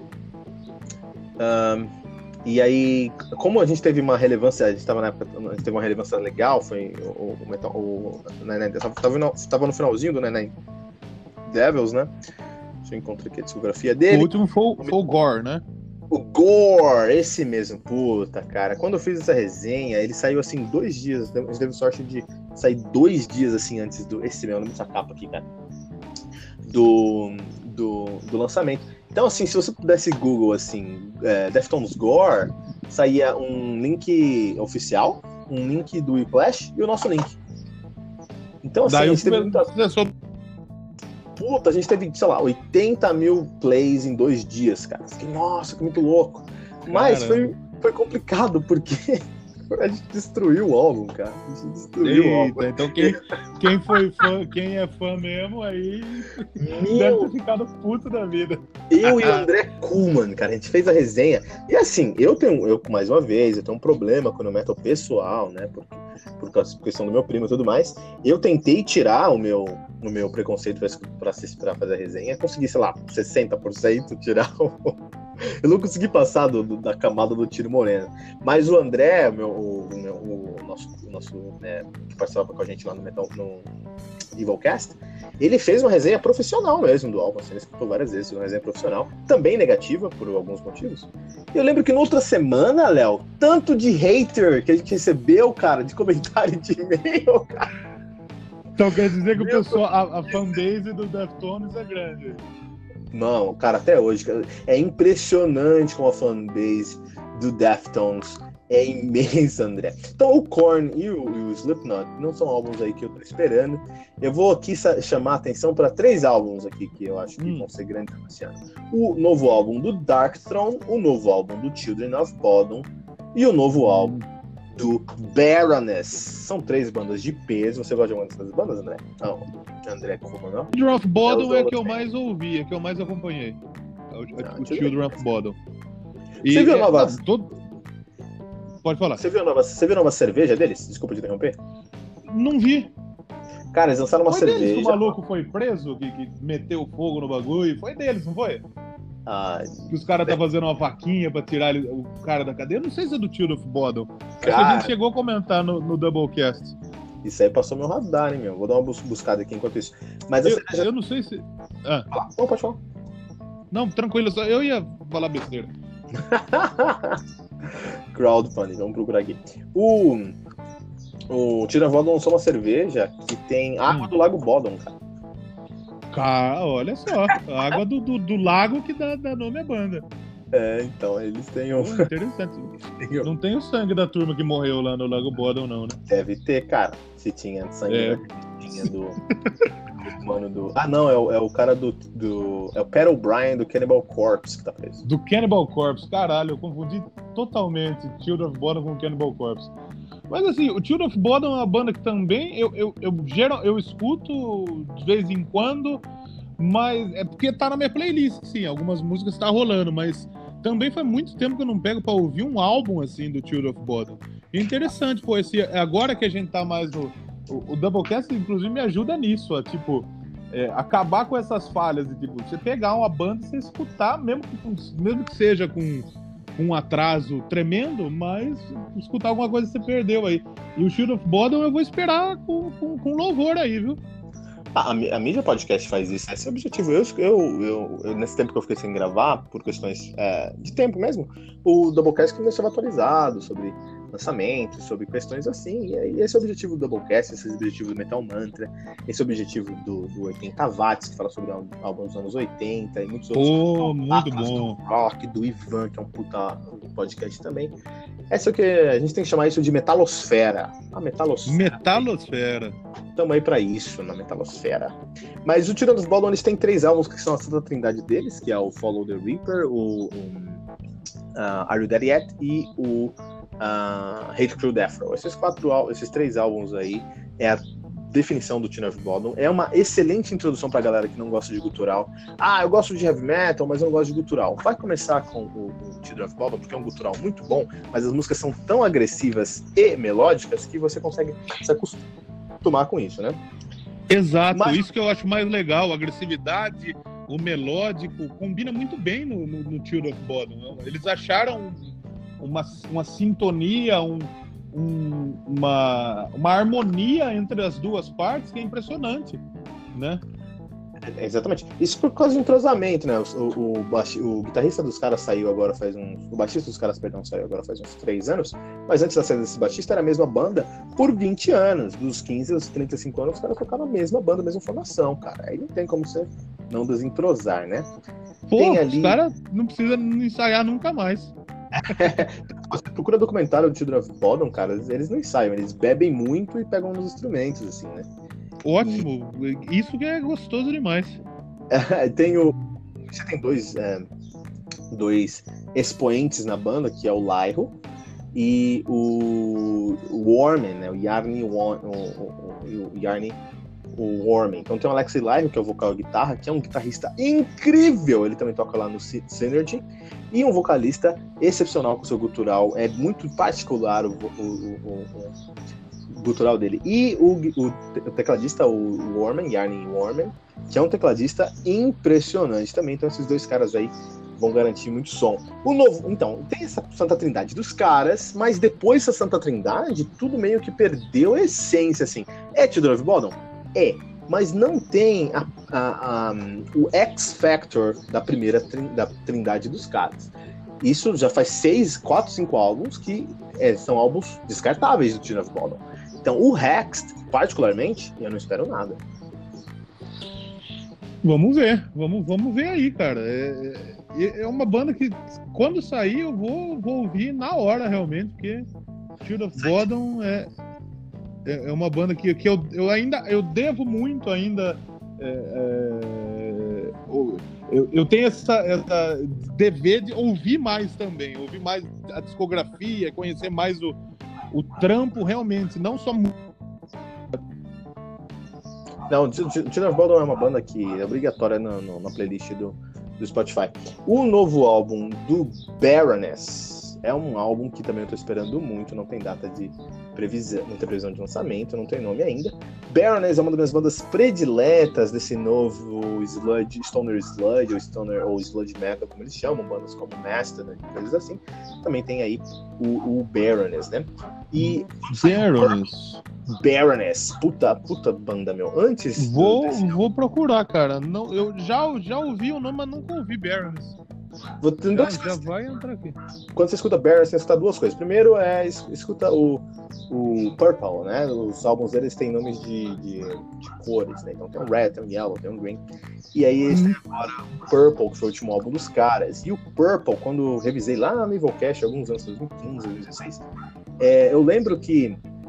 C: Um, e aí, como a gente teve uma relevância, a gente tava na época, a gente teve uma relevância legal, foi o, o Metal. O, né, tava, no, tava no finalzinho do Nine Nine Devils, né? Deixa eu encontrar aqui a discografia dele.
D: O último foi, foi o Gore, né?
C: O Gore, esse mesmo, puta, cara. Quando eu fiz essa resenha, ele saiu assim dois dias. A gente teve sorte de sair dois dias assim antes do. Esse meu, nessa capa aqui, cara. Do, do, do lançamento. Então, assim, se você pudesse Google assim, é, Deftones Gore, saía um link oficial, um link do Whiplash e o nosso link. Então, assim,
D: Daí
C: a gente teve muita. Puta, a gente teve, sei lá, oitenta mil plays em dois dias, cara. Fiquei, nossa, que muito louco. Mas foi, foi complicado, porque a gente destruiu o álbum, cara. A gente destruiu
D: Eita,
C: o álbum.
D: Então quem, quem foi fã, quem é fã mesmo, aí
C: Meu...
D: deve ter ficado puto da vida.
C: Eu e o André Kuhlmann, cara, a gente fez a resenha. E assim, eu tenho, eu, mais uma vez, eu tenho um problema com o metal pessoal, né? Por, por causa da questão do meu primo e tudo mais. Eu tentei tirar o meu, o meu preconceito pra, assistir, pra fazer a resenha. Consegui, sei lá, sessenta por cento tirar o... Eu não consegui passar do, do, da camada do Tiro Moreno. Mas o André, meu, o, meu, o nosso, o nosso né, que participava com a gente lá no, Metal, no Evilcast, ele fez uma resenha profissional mesmo do álbum. Assim, ele escutou várias vezes uma resenha profissional, também negativa por alguns motivos. Eu lembro que na outra semana, Léo, tanto de hater que a gente recebeu, cara, de comentário de e-mail, cara.
D: Então quer dizer que o
C: Meu
D: pessoal, a, a fanbase do Deftones é grande.
C: Não, cara, até hoje, cara, é impressionante como a fanbase do Deftones é imensa, André. Então o Korn e o, e o Slipknot não são álbuns aí que eu tô esperando. Eu vou aqui chamar a atenção para três álbuns aqui que eu acho que hum. vão ser grandes esse ano. O novo álbum do Darkthrone, o novo álbum do Children of Bodom e o novo álbum do Baroness. São três bandas de peso. Você gosta de alguma dessas bandas, André? Não, André, como não?
D: Children of Bodom é a que eu mais ouvi, é que eu mais acompanhei. O, ah, o Children of Bodom.
C: E você viu a nova...
D: É, todo... Pode falar.
C: Você viu, a nova... Você viu a nova cerveja deles? Desculpa te interromper.
D: Não vi.
C: Cara, eles lançaram uma
D: foi
C: cerveja...
D: Foi deles que o maluco foi preso, que, que meteu fogo no bagulho? Foi deles, não foi?
C: Ah,
D: que os caras tá fazendo uma vaquinha pra tirar ele, o cara da cadeia. Eu não sei se é do Children of Bodom.
C: Cara...
D: Acho que a gente chegou a comentar no, no Doublecast.
C: Isso aí passou meu radar, hein, meu? Vou dar uma bus- buscada aqui enquanto isso. Mas
D: eu,
C: cerveja...
D: eu não sei se... Ah.
C: Ah, não, pode falar.
D: Não, tranquilo. Só eu ia falar besteira.
C: Crowdfunding, vamos procurar aqui. O... O Children of Bodom lançou uma cerveja que tem água hum. do Lago Bodom, cara.
D: Cara, olha só. A água do, do, do lago que dá, dá nome à banda.
C: É, então, eles têm um...
D: Oh, interessante. Não tem o sangue da turma que morreu lá no Lago Bodom, não, né?
C: Deve ter, cara. Se tinha sangue,
D: é.
C: né? Tinha do... Mano do... Ah, não, é o, é o cara do, do... É o Pat O'Brien do Cannibal Corpse que tá preso.
D: Do Cannibal Corpse, caralho, eu confundi totalmente Children of Bodom com Cannibal Corpse. Mas assim, o Children of Bodom é uma banda que também eu, eu, eu, geral, eu escuto de vez em quando, mas é porque tá na minha playlist, sim, algumas músicas tá rolando, mas também faz muito tempo que eu não pego pra ouvir um álbum assim do Children of Bodom. E interessante, pô, esse, agora que a gente tá mais no... O, o Doublecast, inclusive, me ajuda nisso, a, tipo, é, acabar com essas falhas de, tipo, você pegar uma banda e você escutar, mesmo que, mesmo que seja com, com um atraso tremendo, mas escutar alguma coisa que você perdeu aí. E o Children of Bodom eu vou esperar com, com, com louvor aí, viu?
C: Ah, a, a mídia podcast faz isso, esse é o objetivo. Eu, eu, eu, eu, nesse tempo que eu fiquei sem gravar, por questões é, de tempo mesmo, o Doublecast começou atualizado sobre lançamentos, sobre questões assim, e esse é o objetivo do Doublecast, esse é o objetivo do Metal Mantra, esse é o objetivo do, do oitenta watts, que fala sobre álbuns dos anos oitenta, e muitos outros.
D: Pô, muito bom.
C: Do rock, do Ivan, que é um puta podcast também. Essa é o que a gente tem que chamar isso de metalosfera. A metalosfera.
D: Metalosfera.
C: Estamos aí pra isso, na metalosfera. Mas o Children of Bodom, eles têm três álbuns que são a santa trindade deles, que é o Follow the Reaper, o, o uh, Are You Dead Yet e o uh, Hate Crew Death Row. Esses, quatro, esses três álbuns aí é a definição do Children of Bodom. É uma excelente introdução pra galera que não gosta de gutural. Ah, eu gosto de heavy metal, mas eu não gosto de gutural. Vai começar com o, o Children of Bodom, porque é um gutural muito bom, mas as músicas são tão agressivas e melódicas que você consegue se acostumar com isso, né?
D: Exato,
C: mas...
D: isso que eu acho mais legal, a agressividade, o melódico, combina muito bem no, no, no Children of Bodom. Né? Eles acharam uma, uma sintonia, um Um, uma, uma harmonia entre as duas partes que é impressionante, né?
C: É, exatamente. Isso por causa de entrosamento, né? O, o, o, baixi, o guitarrista dos caras saiu agora faz uns... O baixista dos caras, perdão, saiu agora faz uns três anos, mas antes da saída desse baixista era a mesma banda por vinte anos. Dos quinze aos trinta e cinco anos, os caras tocaram a mesma banda, a mesma formação, cara. Aí não tem como você não desentrosar, né?
D: Pô,
C: tem ali...
D: os caras não precisam ensaiar nunca mais.
C: Você procura documentário do Children of Bodom, cara, eles não ensaiam, eles bebem muito e pegam nos instrumentos, assim, né?
D: Ótimo, e... isso que é gostoso demais.
C: tem o... Você tem dois, é, dois expoentes na banda, que é o Lyro e o, o Warman, né? O Yarny, o, o, o Yarny o Warman. Então tem o Alexei Lyro, que é o vocal e guitarra, que é um guitarrista incrível, ele também toca lá no Synergy, e um vocalista excepcional com seu gutural, é muito particular o, o, o, o gutural dele. E o, o, o tecladista, o Warman, Yarny Warman, que é um tecladista impressionante também, então esses dois caras aí vão garantir muito som. O novo, então, tem essa Santa Trindade dos caras, mas depois dessa Santa Trindade, tudo meio que perdeu a essência, assim. É Children of Bodom? É, mas não tem a, a, a, o X-Factor da primeira da trindade dos caras. Isso já faz seis, quatro, cinco álbuns que é, são álbuns descartáveis do Children of Bodom. Então o Hexed, particularmente, eu não espero nada. Vamos ver, vamos, vamos ver aí, cara. É, é, é uma banda que, quando sair, eu vou, vou ouvir na hora, realmente, porque Children of Bodom é... É uma banda que, que eu, eu ainda eu devo muito ainda. É, é, eu, eu tenho essa, essa dever de ouvir mais também, ouvir mais a discografia, conhecer mais o, o trampo realmente, não só. Não, Children of Bodom é uma banda que é obrigatória na, na playlist do, do Spotify. O novo álbum do Baroness é um álbum que também eu tô esperando muito, não tem data de previsão, não tem previsão de lançamento, não tem nome ainda. Baroness é uma das minhas bandas prediletas desse novo sludge, stoner sludge, ou stoner ou sludge metal, como eles chamam, bandas como Mastodon, coisas assim. Também tem aí o, o Baroness, né? E
D: Baroness.
C: Baroness, puta, puta banda, meu. Antes
D: vou,
C: desse...
D: vou procurar, cara. Não, eu já, já ouvi o nome, mas nunca ouvi Baroness.
C: Vou tentar...
D: já, já vai entrar aqui.
C: Quando você escuta Baroness, você escuta duas coisas. Primeiro é escuta o, o Purple, né? Os álbuns deles têm nomes de, de, de cores, né? Então tem um Red, tem um Yellow, tem um Green. E aí eles têm agora o Purple, que foi o último álbum dos caras. E o Purple, quando eu revisei lá no Nivelcast, alguns anos, dois mil e quinze, dois mil e dezesseis, é, eu lembro que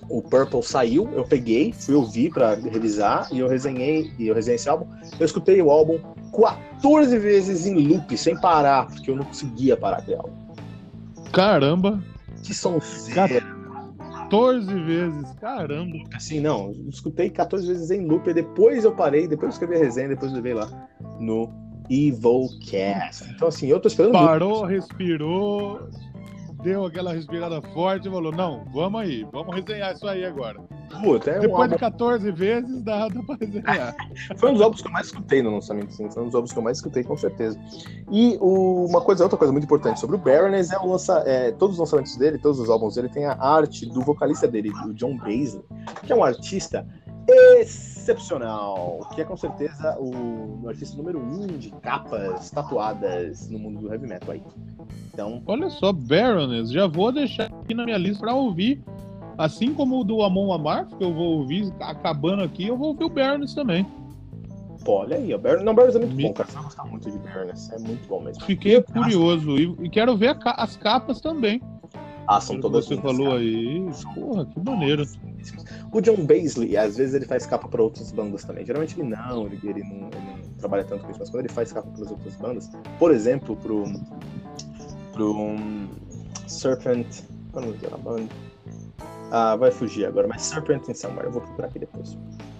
C: o Purple saiu, eu peguei, fui ouvir pra revisar e eu resenhei, e eu resenhei esse álbum. Eu escutei o álbum quatorze vezes em loop, sem parar, porque eu não conseguia parar aquele álbum.
D: Caramba!
C: Que sonzeira.
D: quatorze vezes, caramba!
C: Assim, não, eu escutei quatorze vezes em loop, e depois eu parei, depois eu escrevi a resenha, depois eu levei lá no Evilcast. Então, assim, eu tô esperando.
D: Parou,
C: muito.
D: respirou, deu aquela respirada forte e falou: não, vamos aí, vamos resenhar isso aí agora.
C: Puta, é um
D: Depois
C: álbum...
D: de quatorze vezes, dá, dá pra resenhar.
C: Foi um dos álbuns que eu mais escutei no lançamento, sim. Foi um dos álbuns que eu mais escutei, com certeza. E o... uma coisa, outra coisa muito importante sobre o Baroness é o lança... é, todos os lançamentos dele, todos os álbuns dele, tem a arte do vocalista dele, o John Baisley, que é um artista excepcional, que é com certeza o, o artista número um de capas tatuadas no mundo do heavy metal aí. Então,
D: olha só, Baroness, já vou deixar aqui na minha lista pra ouvir. Assim como o do Amon Amarth, que eu vou ouvir, acabando aqui, eu vou ouvir o Baroness também.
C: pô, olha aí, o Baroness, não, o Baroness é muito
D: Me...
C: bom, cara. Você vai gostar muito de Baroness, é muito bom mesmo.
D: Fiquei curioso e, e quero ver ca- as capas também.
C: Ah, são todas
D: Você
C: lindas,
D: falou
C: cara.
D: aí, porra, que maneiro.
C: O John Baisley, às vezes ele faz capa para outras bandas também. Geralmente ele não, ele, ele não, ele não trabalha tanto com isso, mas quando ele faz capa para as outras bandas, por exemplo, pro, pro um, Serpent, qual é o nome da banda? Ah, vai fugir agora, mas Serpent in Somewhere, eu vou procurar aqui depois.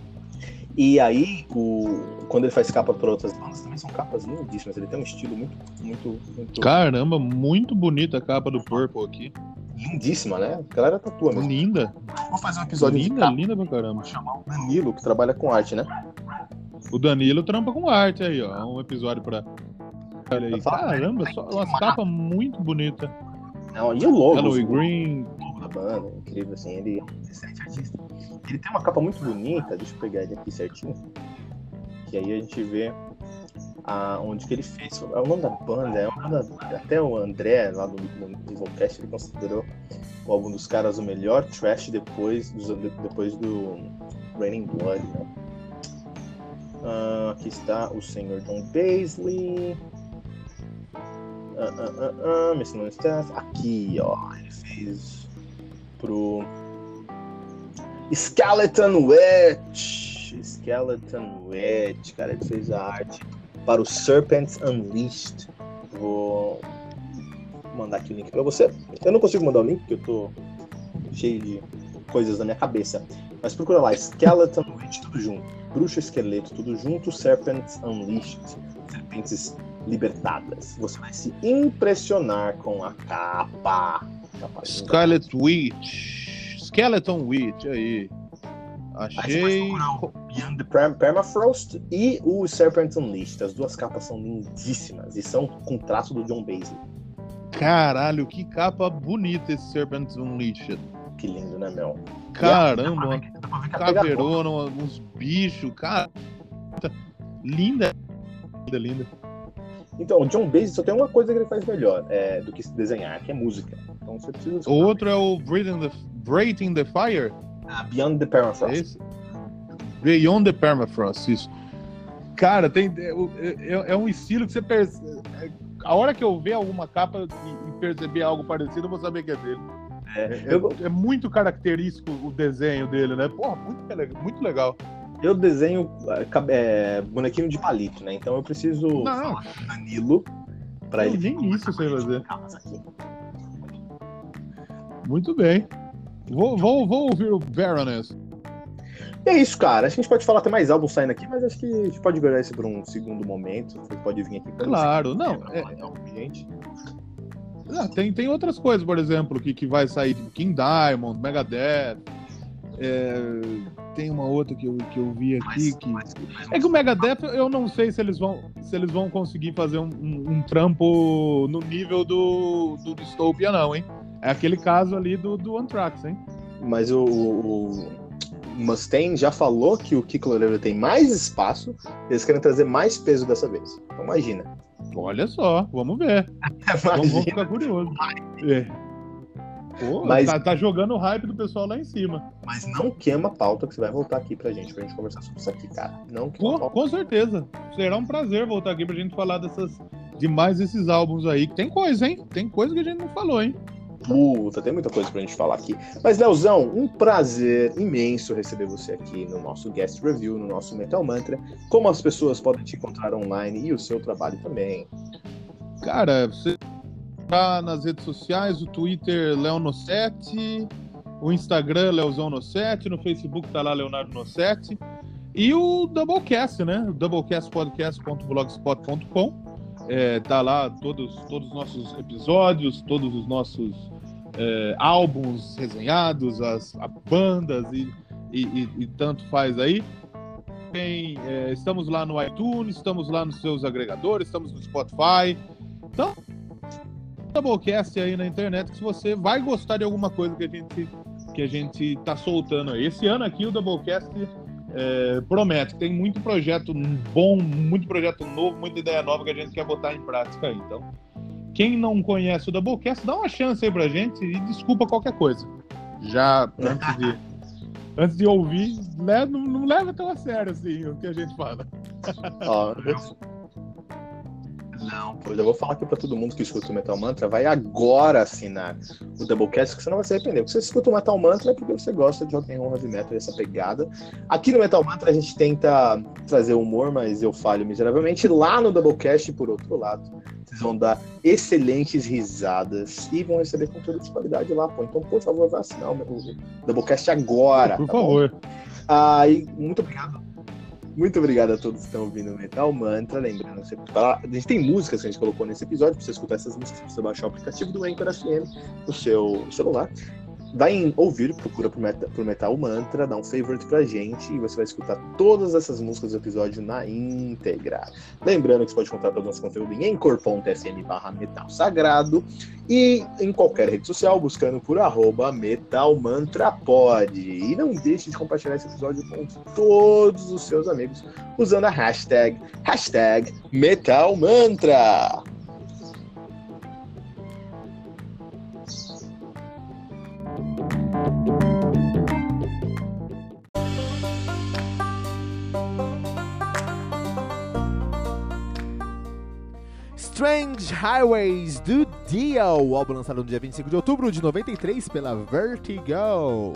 C: E aí, o, quando ele faz capa para outras bandas, também são capas lindíssimas. Ele tem um estilo muito, muito, muito...
D: Caramba, muito bonita a capa do Purple aqui.
C: Lindíssima, né? A galera tatua mesmo.
D: Linda.
C: Vou fazer um episódio de
D: Linda,
C: capa.
D: linda pra caramba.
C: Vou chamar o Danilo, que trabalha com arte, né?
D: O Danilo trampa com arte aí, ó. Um episódio pra... Olha aí, caramba, só umas capas muito bonitas.
C: Não, e o logo?
D: Hello
C: o
D: Green.
C: logo da banda, incrível, assim. Ele é um excelente artista. Ele tem uma capa muito bonita, deixa eu pegar ele aqui certinho. Que aí a gente vê a, onde que ele fez. É o nome da banda, é uma banda, até o André, lá do, do Evilcast, ele considerou o álbum dos caras o melhor thrash depois, dos, depois do Raining Blood, né? Uh, aqui está o senhor John Baisley. Uh, uh, uh, uh, Miss Staff. Aqui, ó, ele fez pro Skeleton Witch. Skeleton Witch, cara, ele fez a arte para o Serpents Unleashed. Vou mandar aqui o link pra você. Eu não consigo mandar o link porque eu tô cheio de coisas na minha cabeça. Mas procura lá, Skeleton Witch, tudo junto. Bruxa Esqueleto, tudo junto. Serpents Unleashed. Serpentes libertadas. Você vai se impressionar com a capa. capa
D: Scarlet Witch. Skeleton Witch, aí. Achei.
C: O Beyond the Perm- Permafrost e o Serpent Unleashed. As duas capas são lindíssimas e são com traço do John Baisley.
D: Caralho, que capa bonita esse Serpent Unleashed.
C: Que lindo, né, meu?
D: Caramba, uma
C: Dá pra ver que a
D: caveirona, uns bichos, cara. Linda. Linda, linda.
C: Então, o John Baisley só tem uma coisa que ele faz melhor é, do que desenhar, que é música. Então você precisa escutar.
D: O outro é o Breathing the, Breathing the Fire.
C: Ah, Beyond the Permafrost.
D: Esse? Beyond the Permafrost, isso. Cara, tem, é, é, é um estilo que você percebe. A hora que eu ver alguma capa e, e perceber algo parecido, eu vou saber que é dele.
C: É,
D: É,
C: eu,
D: é muito característico o desenho dele, né? Porra, muito, muito legal.
C: eu desenho é, bonequinho de palito, né? Então eu preciso
D: Não.
C: falar com o Danilo pra
D: Eu
C: ele.
D: nem isso eu sei fazer.
C: Capas aqui.
D: Muito bem. Vou, vou, vou ouvir o Baroness.
C: E é isso, cara. Acho que a gente pode falar até mais álbum saindo aqui, mas acho que a gente pode guardar isso por um segundo momento. Você pode vir aqui pra
D: Claro, não.
C: É,
D: É,
C: não, gente.
D: ah, tem, tem outras coisas, por exemplo, que, que vai sair tipo King Diamond, Megadeth. É, tem uma outra que eu, que eu vi aqui
C: Mas,
D: que.
C: mas, mas,
D: É que o Megadeth, eu não sei se eles vão, se eles vão conseguir fazer um, um, um trampo no nível do, do Dystopia, não, hein? É aquele caso ali do, do Anthrax, hein?
C: mas o, o Mustaine já falou que o Kiko Loureiro tem mais espaço, eles querem trazer mais peso dessa vez. Então imagina.
D: Olha só, vamos ver. Vamos, vamos
C: Imagina.
D: ficar curiosos. É. Pô,
C: Mas-
D: tá, tá jogando o hype do pessoal lá em cima.
C: Mas não queima a pauta que você vai voltar aqui pra gente, pra gente conversar sobre isso aqui, cara. Não queima a
D: Com,
C: pauta.
D: com certeza. Será um prazer voltar aqui pra gente falar dessas, de mais esses álbuns aí. Que tem coisa, hein? Tem coisa que a gente não falou, hein?
C: Puta, tem muita coisa pra gente falar aqui. Mas, Leozão, um prazer imenso receber você aqui no nosso Guest Review, no nosso Metal Mantra. Como as pessoas podem te encontrar online e o seu trabalho também?
D: Cara, você tá nas redes sociais, o Twitter Leonossete, o Instagram Leozão Nossetti, no Facebook tá lá Leonardo Nossetti, e o Doublecast, né? O doublecast podcast ponto blogspot ponto com. É, tá lá todos, todos os nossos episódios, todos os nossos é, álbuns resenhados, as, as bandas e, e, e, e tanto faz aí. Tem, é, estamos lá no iTunes, estamos lá nos seus agregadores, estamos no Spotify. Então, Doublecast aí na internet, que se você vai gostar de alguma coisa que a gente, que a gente tá soltando aí. Esse ano aqui o Doublecast é, promete, tem muito projeto bom, muito projeto novo, muita ideia nova que a gente quer botar em prática aí. Então, quem não conhece o Doublecast, dá uma chance aí pra gente e desculpa qualquer coisa. Já antes de, antes de ouvir, né, não, não leva tão a sério assim o que a gente fala.
C: Ó, não, pois eu vou falar aqui pra todo mundo que escuta o Metal Mantra, vai agora assinar o Doublecast, que você não vai se arrepender. Porque você escuta o Metal Mantra é porque você gosta de rock and roll, heavy metal e essa pegada. Aqui no Metal Mantra a gente tenta trazer humor, mas eu falho miseravelmente. Lá no Doublecast, por outro lado, vocês vão dar excelentes risadas e vão receber conteúdo de qualidade lá, pô. Então, por favor, vá assinar o Doublecast agora.
D: Por
C: tá
D: favor.
C: Bom? Ah, e muito obrigado. Muito obrigado a todos que estão ouvindo o Metal Mantra. Lembrando, você, a gente tem músicas que a gente colocou nesse episódio. Para você escutar essas músicas, você precisa baixar o aplicativo do Anchor F M no seu celular. Vai em ouvir, procura por Metal, por Metal Mantra, dá um favorite pra gente e você vai escutar todas essas músicas do episódio na íntegra. Lembrando que você pode encontrar todo o nosso conteúdo em anchor ponto f m barra metal sagrado e em qualquer rede social, buscando por arroba metalmantrapod. E não deixe de compartilhar esse episódio com todos os seus amigos usando a hashtag, hashtag metalmantra.
B: Strange Highways do Dio, o álbum lançado no dia vinte e cinco de outubro de noventa e três pela Vertigo.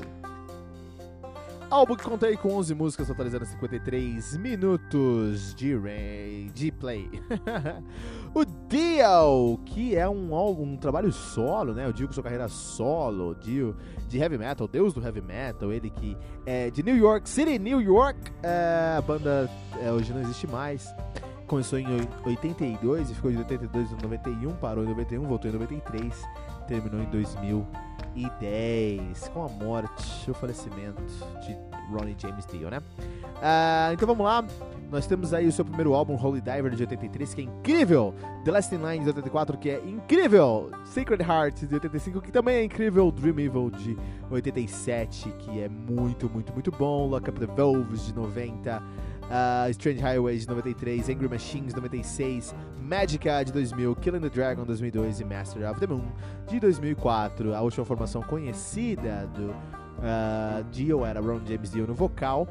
B: Álbum que contei com onze músicas, totalizando cinquenta e três minutos de, ray, de play. O Dio, que é um, álbum, um trabalho solo, né? O Dio com sua carreira solo, Dio de heavy metal, deus do heavy metal, ele que é de New York City, New York. É, a banda é, hoje não existe mais. Começou em oitenta e dois e ficou de oitenta e dois a noventa e um, parou em noventa e um, voltou em noventa e três, terminou em dois mil e dez, com a morte, o falecimento de Ronnie James Dio, né? Uh, então vamos lá, nós temos aí o seu primeiro álbum, Holy Diver, de oitenta e três, que é incrível, The Last in Line, de oitenta e quatro, que é incrível, Sacred Heart, de oitenta e cinco, que também é incrível, Dream Evil, de oitenta e sete, que é muito, muito, muito bom, Lock Up the Valves, de noventa, Uh, Strange Highways de noventa e três, Angry Machines de noventa e seis, Magica de dois mil, Killing the Dragon de dois mil e dois e Master of the Moon de dois mil e quatro. A última formação conhecida do uh, Dio era Ron James Dio no vocal,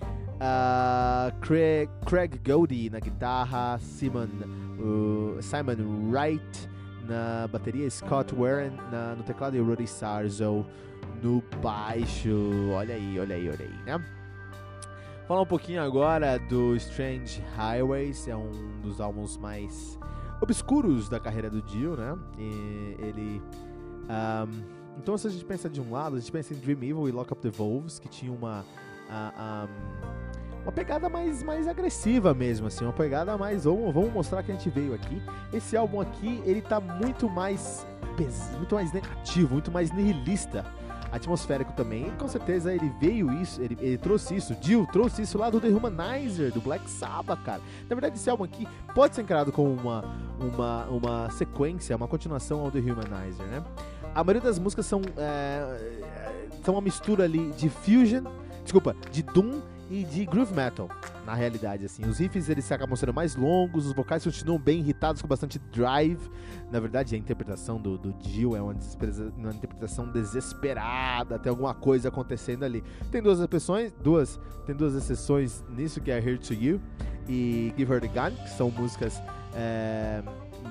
B: uh, Craig, Craig Godey na guitarra, Simon, uh, Simon Wright na bateria, Scott Warren na, no teclado e Rudy Sarzo no baixo. Olha aí, olha aí, olha aí, né? Falar um pouquinho agora do Strange Highways, é um dos álbuns mais obscuros da carreira do Dio, né? E ele... Um, então, se a gente pensa de um lado, a gente pensa em Dream Evil e Lock Up the Valves, que tinha uma... Uh, um, uma pegada mais, mais agressiva mesmo, assim, uma pegada mais... Vamos, vamos mostrar que a gente veio aqui. Esse álbum aqui, ele tá muito mais... muito mais negativo, muito mais nihilista, atmosférico também, e com certeza ele veio isso, ele, ele trouxe isso, Dio trouxe isso lá do The Humanizer, do Black Sabbath, cara. Na verdade, esse álbum aqui pode ser encarado como uma, uma, uma sequência, uma continuação ao The Humanizer, né? A maioria das músicas são, é, são uma mistura ali de fusion, desculpa, de doom e de groove metal, na realidade, assim. Os riffs, eles acabam sendo mais longos, os vocais continuam bem irritados, com bastante drive. Na verdade, a interpretação do, do Dio é uma, uma interpretação desesperada, tem alguma coisa acontecendo ali. Tem duas exceções, duas, tem duas exceções nisso, que é Here to You e Give Her the Gun, que são músicas é,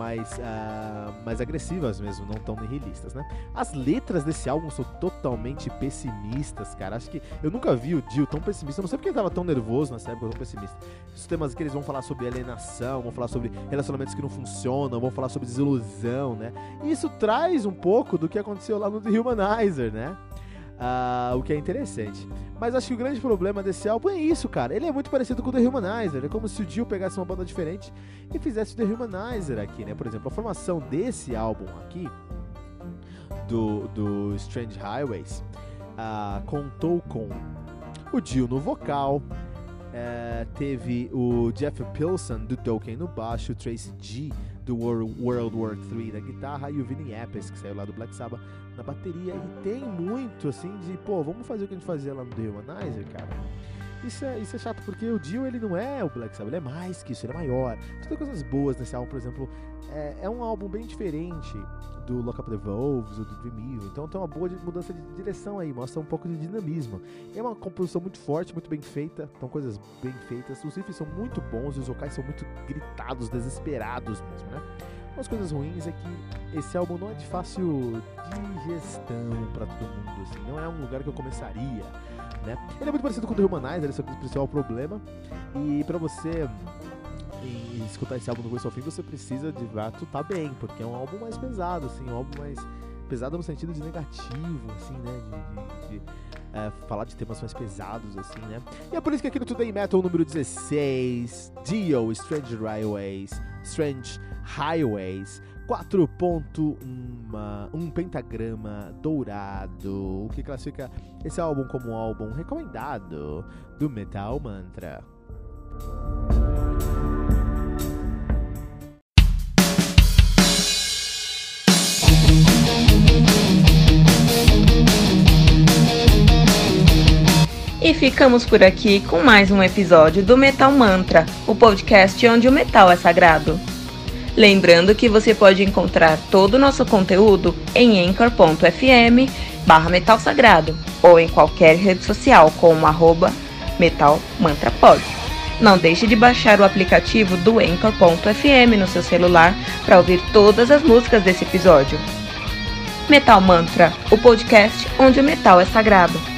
B: mais, uh, mais agressivas mesmo, não tão nihilistas, né? As letras desse álbum são totalmente pessimistas, cara. Acho que eu nunca vi o Dio tão pessimista. Eu não sei porque ele tava tão nervoso nessa época, tão pessimista. Os temas que eles vão falar sobre alienação, vão falar sobre relacionamentos que não funcionam, vão falar sobre desilusão, né? E isso traz um pouco do que aconteceu lá no The Humanizer, né? Uh, o que é interessante. Mas acho que o grande problema desse álbum é isso, cara. Ele é muito parecido com o The Humanizer. É como se o Dio pegasse uma banda diferente e fizesse o The Humanizer aqui, né? Por exemplo, a formação desse álbum aqui, do, do Strange Highways, uh, contou com o Dio no vocal, uh, teve o Jeff Pilson do Dokken no baixo, o Tracy G do World War três da guitarra e o Vinny Appice, que saiu lá do Black Sabbath, na bateria. E tem muito assim de, pô, vamos fazer o que a gente fazia lá no The Humanizer, cara. Isso é, isso é chato, porque o Dio, ele não é o Black Sabbath, ele é mais que isso, ele é maior. Tem coisas boas nesse álbum, por exemplo, é, é um álbum bem diferente do Lock Up the Wolves ou do Dream Evil, então tem uma boa mudança de direção aí, mostra um pouco de dinamismo. É uma composição muito forte, muito bem feita, são coisas bem feitas, os riffs são muito bons e os vocais são muito gritados, desesperados mesmo, né? Umas coisas ruins é que esse álbum não é de fácil digestão pra todo mundo, assim, não é um lugar que eu começaria, né? Ele é muito parecido com o The Humanizer, esse é o principal problema, e pra você e escutar esse álbum do começo ao fim, você precisa de fato tá bem, porque é um álbum mais pesado, assim, um álbum mais pesado no sentido de negativo, assim, né, de, de, de é, falar de temas mais pesados, assim, né, e é por isso que aqui no Today Metal número dezesseis, Dio, Strange Highways, Strange Highways, quatro ponto um, um pentagrama dourado, o que classifica esse álbum como um álbum recomendado do Metal Mantra.
A: E ficamos por aqui com mais um episódio do Metal Mantra, o podcast onde o metal é sagrado. Lembrando que você pode encontrar todo o nosso conteúdo em anchor ponto f m barra metal sagrado ou em qualquer rede social como arroba metalmantrapod. Não deixe de baixar o aplicativo do anchor ponto f m no seu celular para ouvir todas as músicas desse episódio. Metal Mantra, o podcast onde o metal é sagrado.